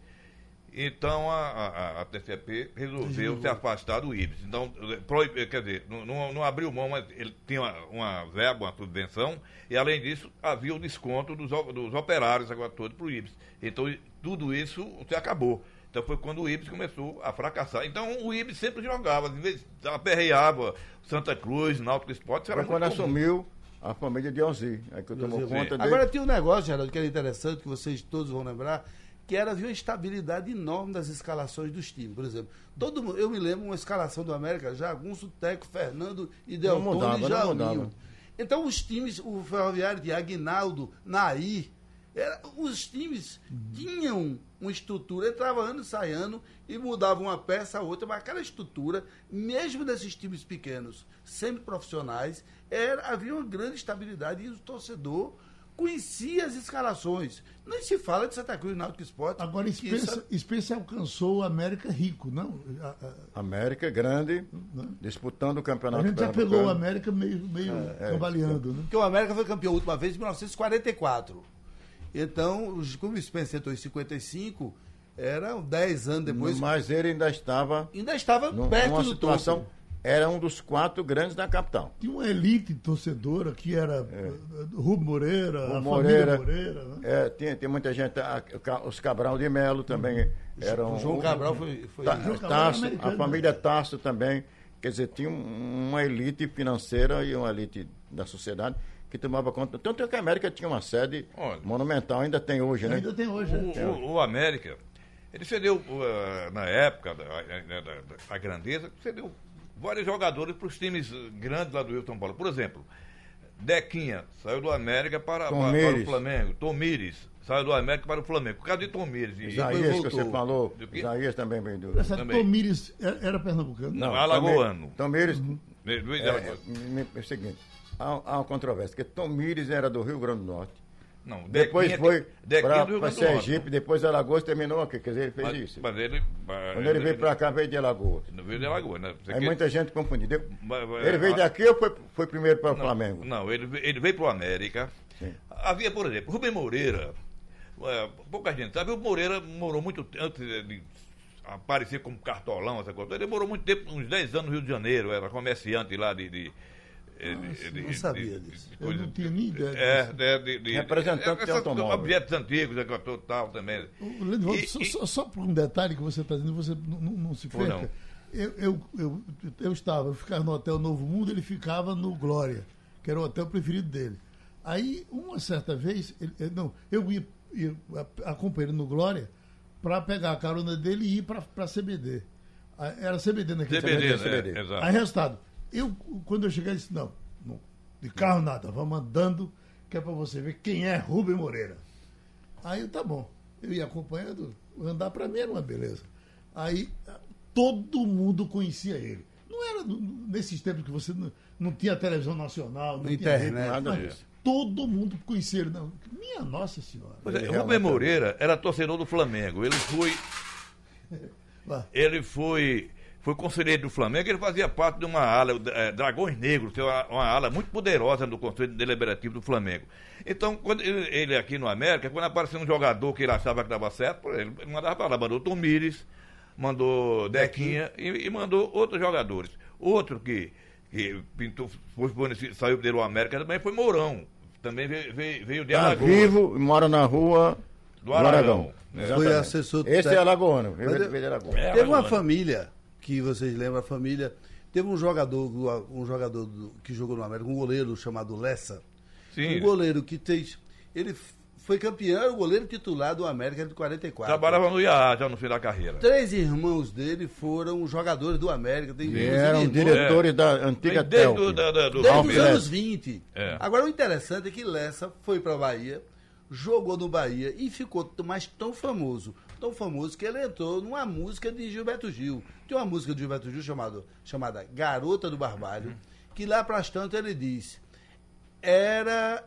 Então a, a- a T C A P resolveu se afastar do Ibis. Então, proib- quer dizer, não, não, não abriu mão, mas ele tinha uma, uma verba, uma subvenção, e além disso havia o desconto dos, o- dos operários agora todo para o Ibis. Então tudo isso se acabou. Então foi quando o Ibis começou a fracassar. Então o Ibis sempre jogava, às vezes aperreava Santa Cruz, Náutico Esporte. Isso era Foi quando muito comum. assumiu a família de Alzir, aí que eu tomou Sim. conta dele. Agora tinha um negócio, Geraldo, que era interessante, que vocês todos vão lembrar, que era havia uma estabilidade enorme das escalações dos times. Por exemplo, todo mundo, eu me lembro uma escalação do América, Jagunço, Teco, Fernando e Deltone mudava, e não Jaulinho. mudava. Então os times, o Ferroviário de Aguinaldo, Nair, era, os times tinham uma estrutura, entrava ano e sai ano e mudavam uma peça a outra, mas aquela estrutura, mesmo desses times pequenos, semi-profissionais, era, havia uma grande estabilidade e o torcedor conhecia as escalações. Nem se fala de Santa Cruz, Náutico Esporte. Agora, que isso- Spencer, Spencer alcançou o América rico, não? A, a- América grande, disputando o a campeonato gente já pernambucano. pelou o América meio, meio cambaleando, né? Porque o América foi campeão a última vez em mil novecentos e quarenta e quatro. Então, os- como o Spencer entrou em cinquenta e cinco, eram dez anos depois. Mas ele ainda estava Ainda estava num- perto numa do situação. topo. Era um dos quatro grandes da capital. Tinha uma elite torcedora que era é. Rubem Moreira, O a Moreira, família Moreira, né? é, tem, tem muita gente, a- a- os Cabral de Melo também eram. O João Cabral foi. foi Ta- João Cabral Tasso, era a americano, família Tasso também. Quer dizer, tinha um- uma elite financeira e uma elite da sociedade que tomava conta. Tanto é que a América tinha uma sede Olha. monumental, ainda tem hoje, né? Ainda tem hoje. né? O, o- o América, ele cedeu, uh, na época da, da, da- da grandeza, cedeu vários jogadores para os times grandes lá do Rio de São Paulo. Por exemplo, Dequinha saiu do América para, para, para o Tomires. Flamengo. Tomires Saiu do América para o Flamengo. Por causa de Tomires. E Isaías, que você falou. Do quê? Isaías também veio do. Essa Também. Tomires era, era pernambucano? Não, alagoano. Tomires. Luiz É, Alagoas. é, é o seguinte, há, há uma controvérsia, porque Tomires era do Rio Grande do Norte. Não, Depois Dequinha foi tem- Dequinha para do Rio Grande do Norte. Sergipe, depois Alagoas terminou aqui. Quer dizer, ele fez Mas, isso. mas ele. Quando ele veio para cá, veio de Alagoas. Não veio de Alagoas, né? Você Aí que- muita gente confundiu. Deu- Mas- mas- Ele veio a- daqui ou foi, foi primeiro para o Flamengo? Não, ele, ve- ele veio para o América. Sim. Havia, por exemplo, Rubem Moreira. É, pouca gente sabe, o Moreira morou muito tempo, antes de de aparecer como cartolão, essa coisa. Ele morou muito tempo, uns dez anos no Rio de Janeiro, era comerciante lá de. de de- de- não de- sabia de- disso. de Eu coisa- não tinha nem ideia É, disso. de, de, de, Representante de essas automóvel. objetos antigos, é, tal também. O Lenivaldo, E- só, e- só, só por um detalhe que você está dizendo, você não, não, não se Ou não. perca. Eu, eu, eu, eu estava, eu ficava no Hotel Novo Mundo, ele ficava no Glória, que era o hotel preferido dele. Aí, uma certa vez, ele, ele- não, eu ia, ia acompanhei ele no Glória para pegar a carona dele e ir para a C B D. Ah, era C B D naquele C B D, tempo. C B D. né? Exato. Aí, resultado, eu, quando eu cheguei, eu disse, não, não, de carro nada, vamos andando, que é para você ver quem é Rubem Moreira. Aí, eu, tá bom, eu ia acompanhando, andar para mim era uma beleza. Aí, todo mundo conhecia ele. Não era no- no- nesses tempos que você não, não tinha televisão nacional, não tinha Internet, rede, nada mas disso. todo mundo conhecia ele. Não. Minha Nossa Senhora. Pois é, Ele Rubem realmente- Moreira era torcedor do Flamengo. Ele foi. Vá. Ele foi, foi conselheiro do Flamengo, ele fazia parte de uma ala, eh, Dragões Negros, que é uma, uma ala muito poderosa do Conselho Deliberativo do Flamengo. Então, quando ele, ele aqui no América, quando apareceu um jogador que ele achava que estava certo, ele mandava para lá, mandou Tomires, mandou Dequinha e, e mandou outros jogadores. Outro que, que pintou, foi, foi, saiu dele do América também foi Mourão. Também veio, veio, veio de Tá Alagoas. vivo e mora na rua Do Aragão. Exatamente. Foi assessor Esse é técnico. alagoano, veio Mas de- eu- veio de Alagoas. É, Teve uma Alagoano. família, que vocês lembram, a família. Teve um jogador, um jogador do- que jogou no América, um goleiro chamado Lessa. Sim, Um goleiro que fez. Ele f- foi campeão, era o goleiro titular do América de quarenta e quatro. trabalhava no I A A já no fim da carreira. Três irmãos dele foram jogadores do América. Tem, E inclusive, eram irmãos- diretores da antiga Desde Telp. do, da, da, do Desde os Palmeiras. anos vinte. É. Agora, o interessante é que Lessa foi para Bahia, jogou no Bahia e ficou t- mais tão famoso. Tão famoso que ele entrou numa música de Gilberto Gil. Tem uma música de Gilberto Gil chamado, chamada Garota do Barbalho, que lá para tanto ele diz: era,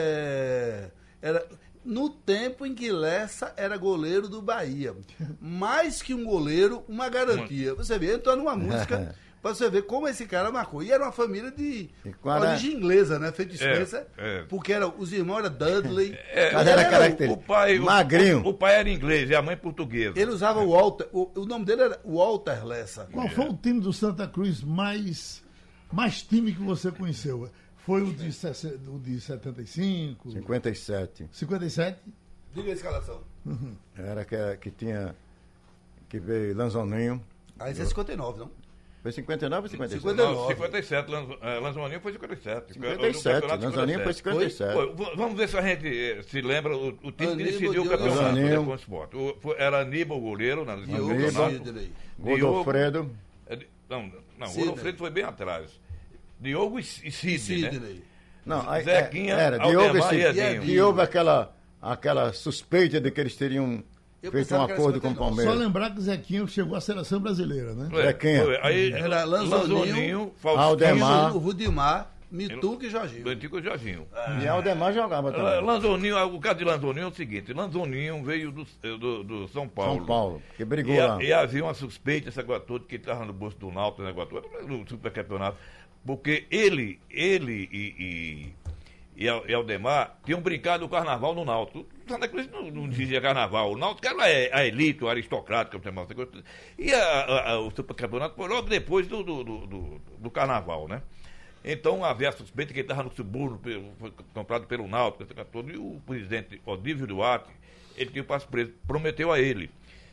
é, era no tempo em que Lessa era goleiro do Bahia. Mais que um goleiro, uma garantia. Você vê, entrou numa música. Pra você ver como esse cara marcou. E era uma família de E qual era- origem inglesa, né? Feito Spencer. é. Porque era, os irmãos eram Dudley. É, Mas era o- característico. o pai, o- Magrinho. O, o pai era inglês e a mãe portuguesa. Ele usava o Walter. O, o nome dele era Walter Lessa. Qual foi o time do Santa Cruz mais, mais time que você conheceu? Foi o de, sesse- o de setenta e cinco, cinquenta e sete. cinquenta e sete? Diga a escalação. Era que, que tinha. Que veio Lanzoninho. Aí isso é cinquenta e nove, não? Foi cinquenta e nove ou cinquenta e sete? cinquenta e Não, nove. cinquenta e sete, Lanz- eh, Lanzoninho foi cinquenta e sete. cinquenta e sete, O campeonato Lanzoninho foi cinquenta e sete. Foi, v- vamos ver se a gente eh, se lembra o, o time que Aníbal decidiu o de campeonato Lanzoninho. do Esporte. O, foi- era Aníbal, goleiro, na, no Diogo campeonato. Sidney. Godofredo. É de- Não, não, o Sidney. Godofredo foi bem atrás. Diogo e, e Sidney, né? Sidney. Não, aí, Zequinha, era Diogo Aldemar e e Sidney. Edinho. E houve aquela, aquela suspeita de que eles teriam Eu feito um pensava que era acordo com o cinquenta e nove. Só Palmeiras. lembrar que o Zequinha chegou à seleção brasileira, né? É, Zequinha. foi. Aí, Era Lanzoninho, Faustinho, Aldemar. O Rudimar, Mituca e Jorginho. do antigo Jorginho. E Aldemar jogava La- também. Lanzoninho, o caso de Lanzoninho é o seguinte: Lanzoninho veio do, do, do São Paulo. São Paulo, que brigou E, a- lá. e havia uma suspeita, esse negócio todo, que ele estava no bolso do Náutico, esse negócio todo, no supercampeonato, porque ele, ele e, e, e Al- e Aldemar tinham brincado o carnaval no Náutico. O Santa Cruz não, não dizia carnaval. O Náutico era a, a elite, o aristocrático, essa coisa. E a- a- a- o supercampeonato foi logo depois do, do, do, do- do carnaval, né? Então havia a suspeita que ele estava no suborno, pelo- foi comprado pelo Náutico, esse negócio todo, e o presidente Odívio Duarte, ele tinha o passe preso, prometeu a ele.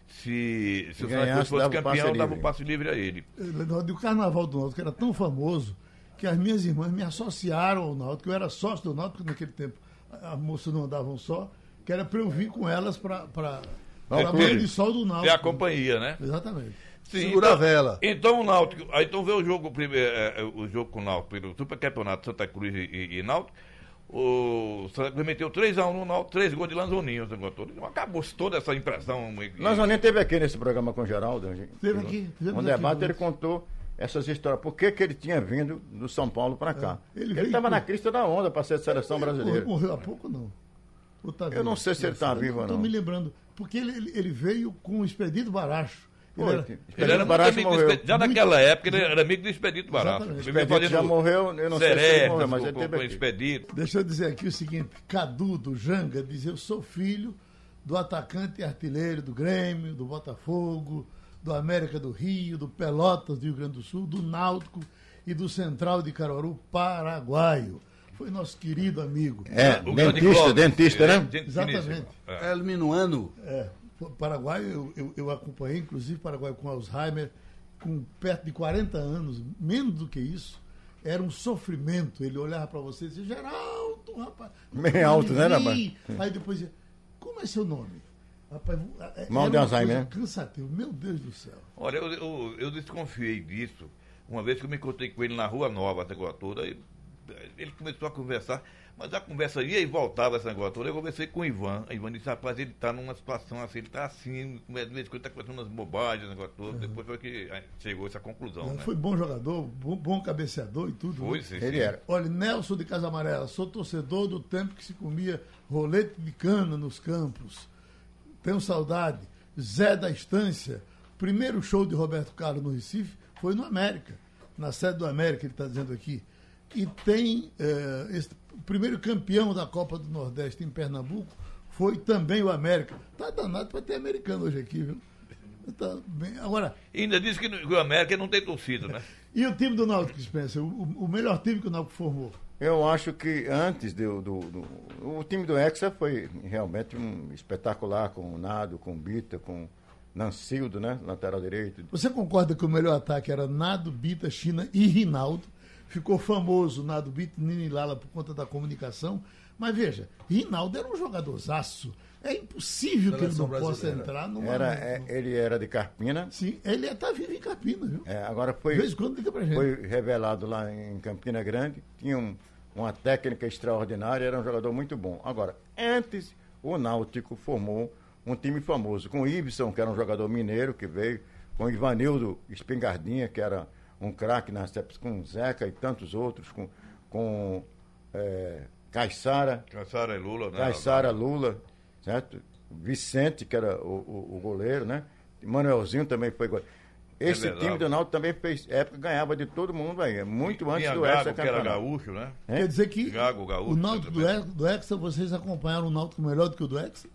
Se, se o Santa Cruz ganhasse, fosse dava o passe campeão, dava livre. o passe livre a ele. E o Carnaval do Náutico era tão famoso que as minhas irmãs me associaram ao Náutico. Eu era sócio do Náutico naquele tempo. As moças não andavam só, que era para eu vir com elas para a Ao banho clube. de sol do É a Náutico. companhia, né? Exatamente. Sim, Segura então, a vela. Então o Náutico, aí então vê o jogo, primeiro, é, é, o jogo com o Náutico pelo Supercampeonato Santa Cruz e, e, e Náutico. o Santa Cruz meteu três a um no Náutico, três gols de Lanzoninho. Então, acabou-se toda essa impressão. Lanzoninho teve aqui nesse programa com o Geraldo. Teve aqui. Um debate, ele contou essas histórias. Por que, que ele tinha vindo do São Paulo para cá? É, ele estava na crista da onda para ser de seleção ele brasileira. Morreu há pouco, não? Tá eu não sei se ele está vivo ou não. Estou me lembrando. Porque ele, ele veio com o Expedito Baracho. Ele era, ele era muito amigo do Expedito. Já naquela época ele era amigo do Expedito Baracho. O Expedito já morreu, eu não sei se ele morreu, mas ele teve aqui. Expedito. Deixa eu dizer aqui o seguinte, Cadu, do Janga, diz, eu sou filho do atacante e artilheiro do Grêmio, do Botafogo, do América do Rio, do Pelotas do Rio Grande do Sul, do Náutico e do Central de Caruaru, paraguaio. Foi nosso querido amigo. É, o dentista, dentista, né? É, exatamente. É. El Minuano. É. Paraguai, eu, eu, eu acompanhei, inclusive, Paraguai com Alzheimer, com perto de quarenta anos, menos do que isso, era um sofrimento. Ele olhava para você e dizia, Geraldo, rapaz. Bem alto, né, rapaz? Aí depois dizia, como é seu nome? Rapaz, mal de Alzheimer, né? Cansativo, meu Deus do céu. Olha, eu, eu, eu desconfiei disso, uma vez que eu me encontrei com ele na Rua Nova, até agora toda, ele, ele começou a conversar. Mas a conversa ia e voltava esse negócio todo. Eu conversei com o Ivan. O Ivan disse, rapaz, ele está numa situação assim, ele está assim, de vez em quando está conversando umas bobagens, negócio todo. Uhum. Depois foi que chegou essa conclusão. Não, né? Foi bom jogador, bom, bom cabeceador e tudo. Foi, né? sim, ele sim. era. Olha, Nelson de Casa Amarela, sou torcedor do tempo que se comia rolete de cana nos campos. Tenho saudade. Zé da Estância. Primeiro show de Roberto Carlos no Recife foi no América. Na sede do América, ele está dizendo aqui. E tem eh, esse, o primeiro campeão da Copa do Nordeste em Pernambuco foi também o América. Tá danado para ter americano hoje aqui, viu? Tá bem. Agora, e ainda disse que, no, que o América não tem torcida, né? E o time do Náutico, Spencer? O, o melhor time que o Náutico formou? Eu acho que antes do, do, do... O time do Hexa foi realmente um espetacular, com o Nado, com o Bita, com Nancildo, né? Lateral direito. Você concorda que o melhor ataque era Nado, Bita, China e Rinaldo? Ficou famoso Nado Bita, Nini Lala por conta da comunicação. Mas veja, Rinaldo era um jogadorzaço. É impossível que ele não possa entrar numa... Era, é, ele era de Carpina. Sim, ele está vivo em Carpina, viu? É, agora foi, de vez em quando liga pra gente. Foi revelado lá em Campina Grande. Tinha um, uma técnica extraordinária, era um jogador muito bom. Agora, antes, o Náutico formou um time famoso, com o Ibson, que era um jogador mineiro, que veio, com o Ivanildo Espingardinha, que era um craque nas épocas, com o Zeca e tantos outros, com, com é, Caissara. Caissara e Lula, né? Caissara, Lula, certo? Vicente, que era o, o, o goleiro, né? Manuelzinho também foi goleiro. Esse é time do Náutico também fez época, ganhava de todo mundo aí, muito antes Tinha do Gago, Hexa que era gaúcho, né? É? Quer dizer que Gago, gaúcho, o Náutico do, Hexa, do Hexa, vocês acompanharam o Náutico melhor do que o do Hexa?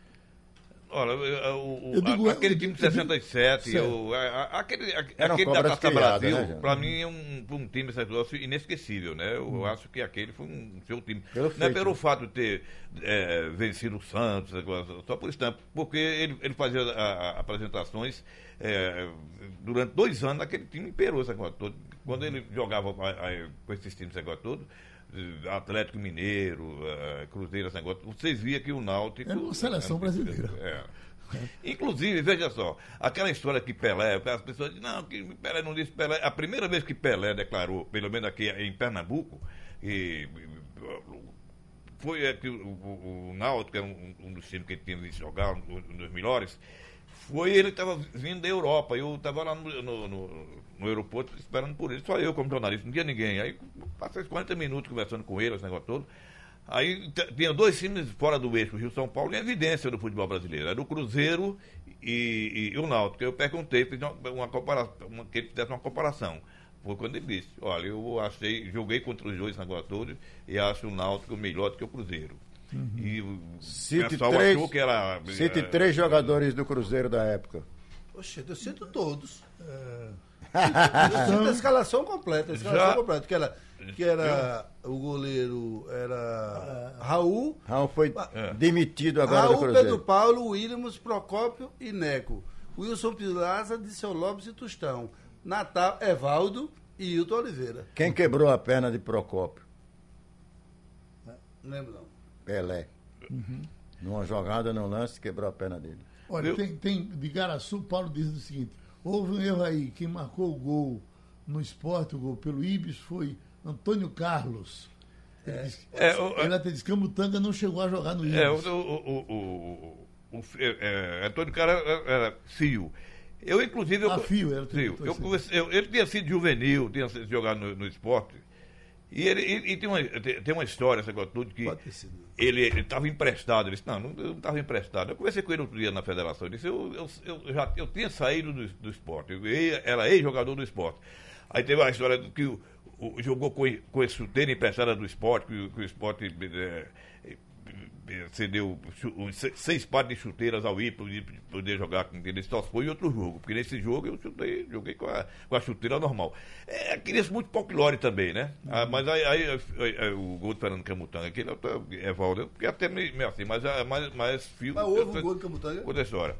Olha, o, eu digo, a, aquele eu, time de sessenta e sete, o, a, aquele, a, aquele da Taça criadas, Brasil, né, para mim é um, um time inesquecível, né? Eu hum. acho que aquele foi um seu time. Pelo não feito, é pelo né? fato de ter é, vencido o Santos, só por isso, porque ele, ele fazia a, a, apresentações é, durante dois anos naquele time imperou esse negócio todo. Quando ele jogava a, a, com esses times esse negócio todo, Atlético Mineiro, uh, Cruzeiro, esse negócio, vocês viam que o Náutico... Era uma seleção é, brasileira. É. Inclusive, veja só, aquela história que Pelé, as pessoas dizem, não, que Pelé não disse Pelé. A primeira vez que Pelé declarou, pelo menos aqui em Pernambuco, e, foi é, que o, o, o Náutico, que é um, um dos times que ele tinha visto jogar, um, um dos melhores, foi ele que estava vindo da Europa. Eu estava lá no, no, no, no aeroporto esperando por ele, só eu como jornalista, não tinha ninguém. Aí passei quarenta minutos conversando com ele, esse negócio todo. Aí tinha dois times fora do eixo, Rio São Paulo, em evidência do futebol brasileiro. Era o Cruzeiro e, e, e o Náutico. Eu perguntei, fiz uma, uma comparação, uma, que ele fizesse uma comparação. Foi quando ele disse, olha, eu achei, joguei contra os dois negócio todo e acho o Náutico melhor do que o Cruzeiro. Uhum. E o cite pessoal três, achou que era... Cite é, três jogadores do Cruzeiro da época. Oxe, eu cito todos. É... Eu cito a escalação completa, a escalação Já... completa, que era, que era o goleiro era Raul. Raul foi é. demitido agora Raul, do Cruzeiro. Pedro Paulo, Williams, Procópio e Neco. Wilson Pilaza, Disseu Lopes e Tostão. Natal, Evaldo e Hilton Oliveira. Quem quebrou a perna de Procópio? Não lembro não. Pelé. Uhum. Numa jogada, num lance, quebrou a perna dele. Olha, Eu... tem, tem de Garaçu, Paulo diz o seguinte, houve um erro aí, quem marcou o gol no Sport, o gol pelo Ibis, foi Antônio Carlos. Ele, disse, É, o- ele até disse que Camutanga não chegou a jogar no Ibis. É, o, o, o, o, o, o é, Antônio Cara era, era Cio. Eu, inclusive. Eu, Ah, Fio, era o Cio. treinador, Eu, sim. conversei- eu- ele tinha sido juvenil, tinha sido jogado no, no esporte. E, ele, e, e tem, uma, tem, tem uma história, essa coisa tudo, que Pode ter sido. ele estava emprestado. Ele disse: Não, não, eu não estava emprestado. Eu conversei com ele outro dia na federação. Ele disse: Eu, eu, eu, já, eu tinha saído do, do esporte. Eu era ex-jogador do esporte. Aí teve uma história do que o, o, jogou com, com esse chuteiro emprestado do esporte, que, o- que o esporte é, é, cedeu chu- uns se- seis pares de chuteiras ao I P para poder jogar com ele. Só foi em outro jogo, porque nesse jogo eu chutei, joguei com a, com a chuteira normal. É, queria-se muito folclore também, né? Ah, mas aí, aí, aí, aí o gol do Fernando Camutanga, aquele é Valdo, porque até me, me assim, mas, ah, mas, mas fio. Mas houve um gol de Camutanga? Conta a história.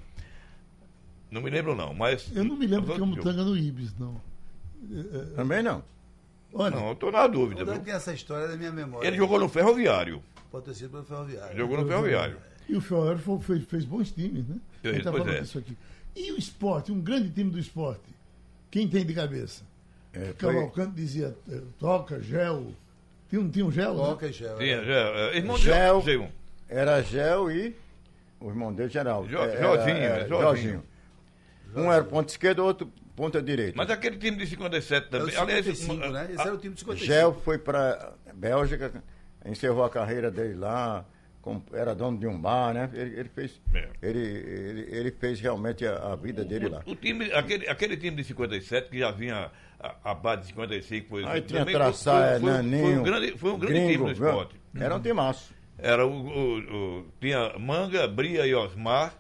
Não me lembro, não, mas. Eu não me lembro de Mas, Camutanga no Ibis, não. Também não. Olha, Não, eu tô na dúvida. Onde é viu? que tem essa história da minha memória? Ele jogou no Ferroviário. Pode ter sido pelo Ferroviário. Jogou no Ferroviário. e o Ferroviário foi- fez, fez bons times, né? A gente tá Pois falando é. disso aqui. E o esporte, um grande time do esporte, quem tem de cabeça? É, foi- Cavalcante dizia, eh, toca, gel. Tinha um, tinha um gel, né? Toca e gel. Tinha, já, é, irmão Gel. de Gel. Era Gel e o irmão dele, Geraldo. Jo- Era- Jorginho, era né? Jorginho. Um era ponta esquerda, outro ponta direita. Mas aquele time de cinquenta e sete É o também. cinquenta e Aliás, cinco, né? Esse a- era o time de cinquenta e cinco. Gel foi para Bélgica, encerrou a carreira dele lá, com- era dono de um bar, né? Ele, ele fez, É. ele, ele, ele fez realmente a, a vida dele lá. O, o time, aquele, aquele time de cinquenta e sete que já vinha a, a base de cinquenta e cinco, por exemplo. Aí tinha também Traçaia, foi, foi, Naninho, foi um grande, foi um grande time Gringo, do viu? esporte. Era um timaço. Era o, o- o- tinha Manga, Bria e Osmar,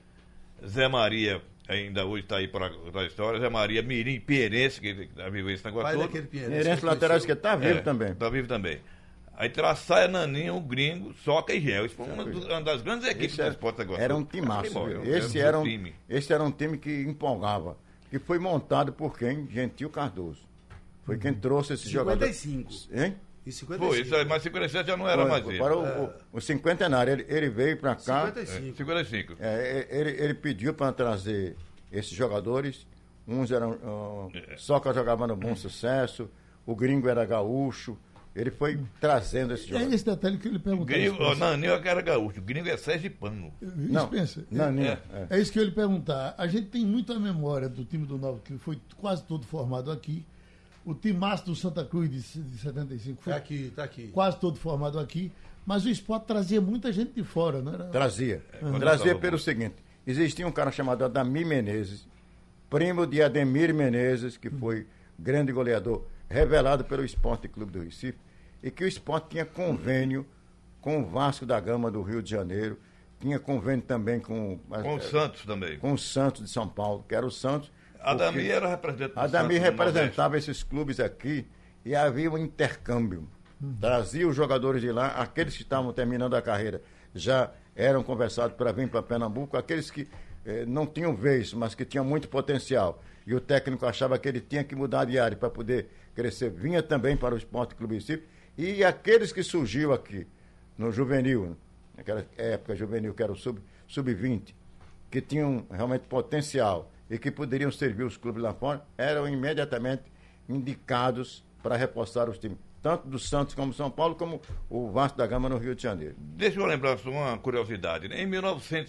Zé Maria, ainda hoje está aí para a história, Zé Maria, Mirim, Pierense, que já viveu esse negócio Pai todo. daquele Pinheiro. Herense lateral esquerda tá vivo É, também. Tá vivo também. Aí Traçaia, Naninho, Gringo, Soca e Gel. Isso foi uma, do- uma das grandes equipes Esse do era, esporte agora. era um timaço. Era um viu? Esse era um, time. esse era um time que empolgava. Que foi montado por quem? Gentil Cardoso. Foi quem trouxe esse jogador. cinquenta e cinco. Hein? E cinquenta e Foi, cinco. isso aí, mas cinquenta e sete já não era Foi, mais foi ele. para o, o, o cinquentenário. Ele, ele veio para cá. cinquenta e cinco. cinquenta e cinco. É, ele, ele pediu para trazer esses jogadores. Uns eram. ó, Soca jogava no Bom Sucesso. O Gringo era gaúcho. Ele foi trazendo esses É jogadores. esse detalhe que ele perguntou. Gringo, Spencer. ó, Naninho é que era gaúcho. Gringo é Sergipano. Não, Spencer, não, é, não, é. é. é isso que eu ia lhe perguntar. A gente tem muita memória do time do Nova, que foi quase todo formado aqui. O timaço do Santa Cruz de, de setenta e cinco foi Tá aqui, tá aqui. quase todo formado aqui. Mas o esporte trazia muita gente de fora, não era? Trazia. quando Trazia tava pelo bom. seguinte: existia um cara chamado Adamir Menezes, primo de Ademir Menezes, que foi grande goleador, revelado pelo Esporte Clube do Recife, e que o esporte tinha convênio com o Vasco da Gama do Rio de Janeiro, tinha convênio também com, Com o Santos também. com o Santos de São Paulo, que era o Santos. Adamir porque era representante do Adamir Santos no representava esses clubes aqui e havia um intercâmbio. Trazia os jogadores de lá, aqueles que estavam terminando a carreira já eram conversados para vir para Pernambuco, aqueles que eh, não tinham vez, mas que tinham muito potencial. E o técnico achava que ele tinha que mudar de área para poder crescer. Vinha também para o Esporte Clube Recife. E aqueles que surgiu aqui no juvenil, naquela época juvenil que era o sub, sub vinte, que tinham realmente potencial e que poderiam servir os clubes lá fora, eram imediatamente indicados para reforçar os times, tanto do Santos como São Paulo, como o Vasco da Gama no Rio de Janeiro. Deixa eu lembrar só uma curiosidade. Né? Em mil novecentos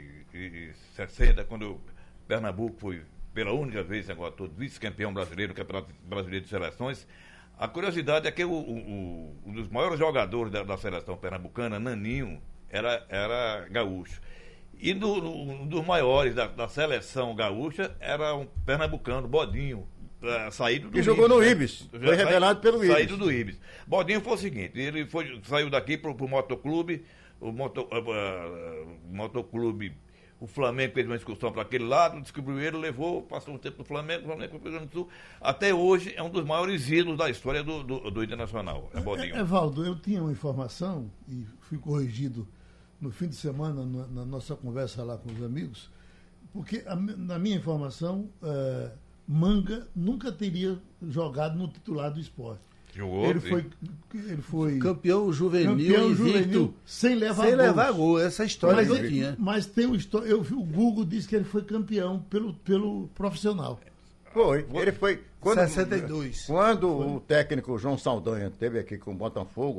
e sessenta, quando Pernambuco foi pela única vez agora todo vice-campeão brasileiro, campeonato brasileiro de seleções, a curiosidade é que o, o- um dos maiores jogadores da, da seleção pernambucana, Naninho, era, era gaúcho. E do- um dos maiores da, da seleção gaúcha era um pernambucano, Bodinho, eh, saído do Que jogou no né? Ibis. Foi revelado pelo Ibis. Saído do Ibis. Bodinho foi o seguinte, ele foi, saiu daqui pro, pro motoclube, o moto, ah, ah, motoclube, o Flamengo fez uma excursão para aquele lado, descobriu ele, levou, passou um tempo no Flamengo, o Flamengo foi pro Rio Grande do Sul. Até hoje é um dos maiores ídolos da história do, do, do Internacional, é Bodinho. É, Evaldo, eu tinha uma informação, e fui corrigido no fim de semana na, na nossa conversa lá com os amigos, porque a mi- na minha informação, eh, Manga nunca teria jogado no titular do esporte. Jogou, Ele sim. foi, ele foi Campeão juvenil campeão invicto, juvenil sem levar sem gols. levar gol. Essa história Mas, que eu ele- tinha. mas tem um história. Eu vi o Google disse que ele foi campeão pelo, pelo profissional. Foi. Ele foi. Quando, sessenta e dois. Quando o técnico João Saldanha esteve aqui com o Botafogo,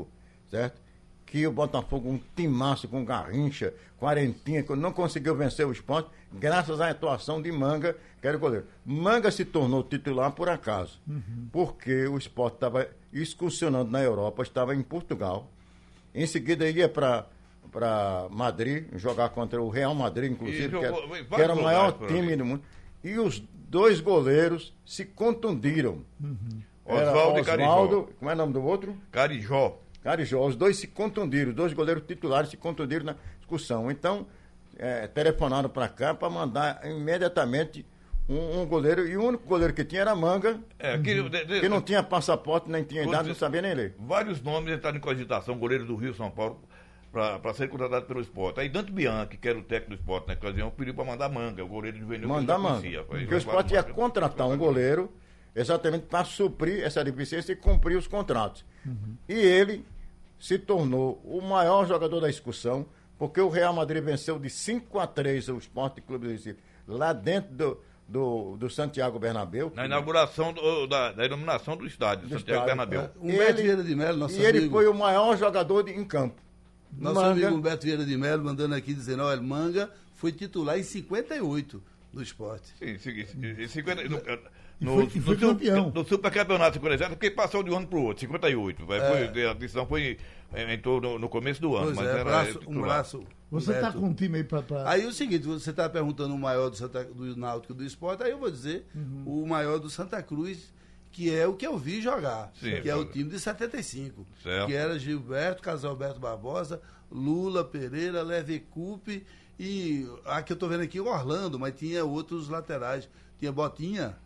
certo? Que o Botafogo, um timaço com Garrincha, Quarentinha, que não conseguiu vencer o Sport, graças à atuação de Manga, que era o goleiro. Manga se tornou titular por acaso, uhum. porque o Sport estava excursionando na Europa, estava em Portugal, em seguida ia para para Madrid, jogar contra o Real Madrid, inclusive, que era, que era o maior time do mundo, e os dois goleiros se contundiram. Uhum. Oswaldo e Carijó. Como é o nome do outro? Carijó. Carijó, os dois se contundiram, os dois goleiros titulares se contundiram na discussão. Então, é, telefonaram para cá para mandar imediatamente um, um goleiro, e o único goleiro que tinha era Manga, é, que, uhum. de, de, que não tinha passaporte, nem tinha idade, não sabia nem ler. Vários nomes entraram em cogitação, goleiro do Rio, São Paulo, para ser contratado pelo Sport. Aí Dante Bianchi, que era o técnico do Sport na ocasião, pediu para mandar Manga, o goleiro juvenil. Mandar Manga, porque o Sport ia contratar um goleiro exatamente para suprir essa deficiência e cumprir os contratos. Uhum. E ele se tornou o maior jogador da excursão, porque o Real Madrid venceu de cinco a três o Sport Clube do Recife, lá dentro do, do, do Santiago Bernabéu. Na inauguração, do, da, da iluminação do estádio, do Santiago estádio. Bernabéu. É, Humberto Vieira de Mello, nosso E amigo. ele foi o maior jogador de, em campo. Nosso Manga. amigo Humberto Vieira de Mello mandando aqui dizendo, olha, Manga foi titular em cinquenta e oito do Sport. Sim, sim, sim, cinquenta, no, no, foi, no, foi campeão. No Supercampeonato, por exemplo, porque passou de um ano para o outro, cinquenta e oito. É. Foi, a decisão foi, entrou no, no começo do ano. Pois mas é, era braço, um braço. Você está com um time aí para... Pra... Aí o seguinte, você está perguntando o maior do, Santa, do Náutico do Sport, aí eu vou dizer uhum. o maior do Santa Cruz, que é o que eu vi jogar, Sim, que é o time de setenta e cinco, certo. Que era Gilberto, Casalberto Barbosa, Lula, Pereira, Leve Coupe e aqui eu estou vendo aqui o Orlando, mas tinha outros laterais, tinha Botinha.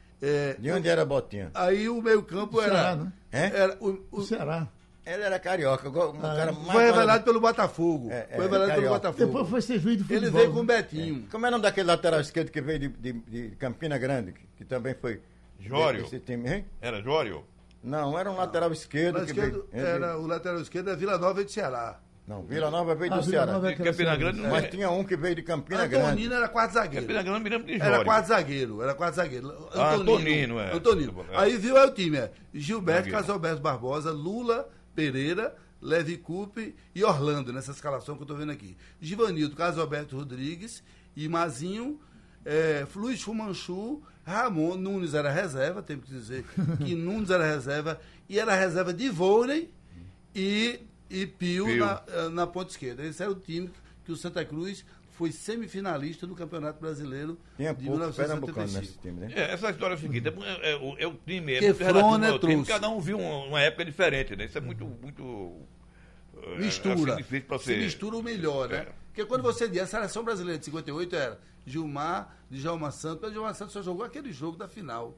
É, de onde era Botinha? Aí o meio campo era... Ceará, né? É? Era o, o, o Ceará. Ele era carioca. O ah, cara mais foi revelado pelo Botafogo. É, é, foi revelado pelo Botafogo. Depois foi servido de futebol. Ele veio com o Betinho. É. Como é o nome daquele lateral esquerdo que veio de, de, de Campina Grande, que, que também foi... Jório. Esse time, hein? Era Jório? Não, era um lateral esquerdo. Não, que esquerdo veio, era, o lateral esquerdo é Vila Nova e de Ceará. Não, Vila Nova veio ah, do Ceará. De Campina Grande não Mas é. tinha um que veio de Campina Antonino Grande. Antonino era quarto zagueiro. Campina Grande me lembro de Jório. Era quarto zagueiro, era quarto zagueiro. Antonino, ah, Antonino, é. Antonino. É. Aí viu aí o time, é. Gilberto, Casalberto Barbosa, Lula, Pereira, Levi Coupe e Orlando, nessa escalação que eu tô vendo aqui. Givanildo, Casalberto Rodrigues e Mazinho, é, Luiz Fumanchu, Ramon, Nunes era reserva, temos que dizer que Nunes era reserva, e era reserva de Vôlei e, e Pio, Pio. Na, na ponta esquerda. Esse era o time que o Santa Cruz foi semifinalista do Campeonato Brasileiro Tinha de pouco mil novecentos e setenta e cinco. nesse time, né? É, essa história é o seguinte, é, é, o, é o time, é que muito relativo Frona ao time, trouxe. cada um viu uma, uma época diferente, né? Isso é muito, muito mistura. É, difícil pra se ser... mistura o melhor, né? É. Porque quando você diz a seleção brasileira de cinquenta e oito era Gilmar, Djalma Santos, mas Djalma Santos só jogou aquele jogo da final.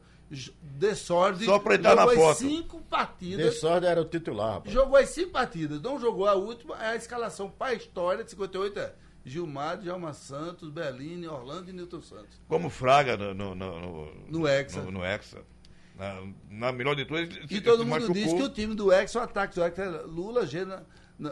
Desorde só pra entrar na jogou foto. as cinco partidas. Desorde era o titular. Rapaz. Jogou as cinco partidas, não jogou a última. A escalação para a história de cinquenta e oito é Gilmar, Djalma Santos, Bellini, Orlando e Nilton Santos. Como Fraga no, no, no, no, no Hexa. No, no Hexa. Na, na melhor de todas. E todo mundo machucou. Diz que o time do Hexa, o ataque do Hexa era Lula, Gena,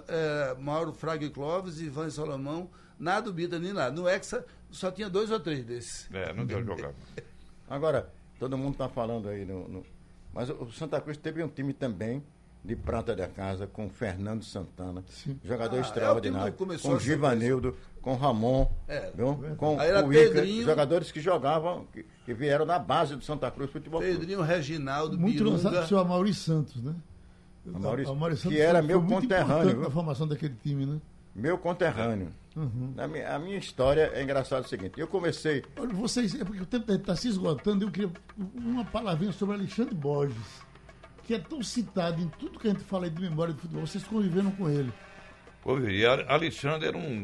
é, Mauro Fraga e Clóvis, Ivan e Solomão, nada Bida nem nada. No Hexa só tinha dois ou três desses. É, não deu jogar. Agora, todo mundo está falando aí, no, no... mas o Santa Cruz teve um time também de prata da casa, com Fernando Santana, Sim. jogador ah, extraordinário, é com Givanildo, com Ramon, é, viu? Com o Ica, jogadores que jogavam, que, que vieram da base do Santa Cruz Futebol Clube. Pedrinho, Reginaldo, muito Birunga. lançado do senhor Amaury Santos, né? Amaury, Amaury Santos que era foi, meu foi conterrâneo. Na formação daquele time, né? Meu conterrâneo. Uhum. A, minha, a minha história é engraçada o seguinte, eu comecei... Olha, vocês, é porque o tempo está se esgotando, eu queria uma palavrinha sobre Alexandre Borges, que é tão citado em tudo que a gente fala aí de memória de futebol. Vocês conviveram com ele? Convivi. Alexandre era um,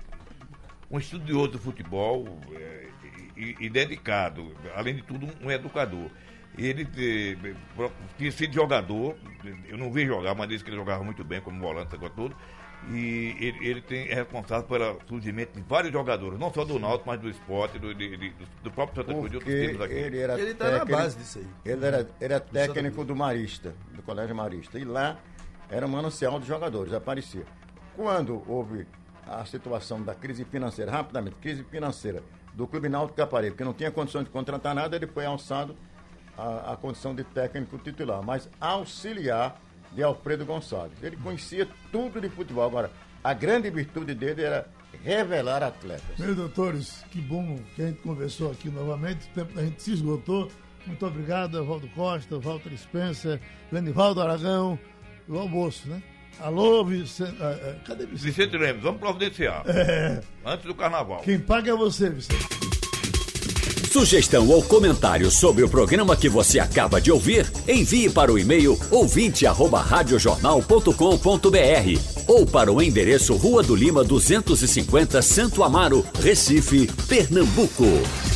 um estudioso do futebol é, e, e dedicado, além de tudo, um educador. Ele tinha sido jogador, eu não vi jogar, mas disse que ele jogava muito bem como volante, agora tudo. E ele, ele tem, é responsável pelo surgimento de vários jogadores, não só do Náutico, mas do esporte, do, de, de, do próprio Santa Cruz, de outros times aqui. Ele era ele está na base disso aí. Ele era, era técnico do Marista, do Colégio Marista. E lá era um manancial de jogadores, aparecia. Quando houve a situação da crise financeira, rapidamente, crise financeira do Clube Náutico Caparibe, que não tinha condições de contratar nada, ele foi alçado à, à condição de técnico titular. Mas auxiliar de Alfredo Gonçalves. Ele conhecia tudo de futebol. Agora, a grande virtude dele era revelar atletas. Meus doutores, que bom que a gente conversou aqui novamente. O tempo da gente se esgotou. Muito obrigado, Valdo Costa, Walter Spencer, Lenivaldo Aragão, o almoço, né? Alô, Vicente. Uh, uh, cadê Vicente? Vicente Lemos, vamos providenciar. É. Antes do carnaval. Quem paga é você, Vicente. Sugestão ou comentário sobre o programa que você acaba de ouvir, envie para o e-mail ouvinte arroba radiojornal ponto com ponto br ou para o endereço Rua do Lima duzentos e cinquenta, Santo Amaro, Recife, Pernambuco.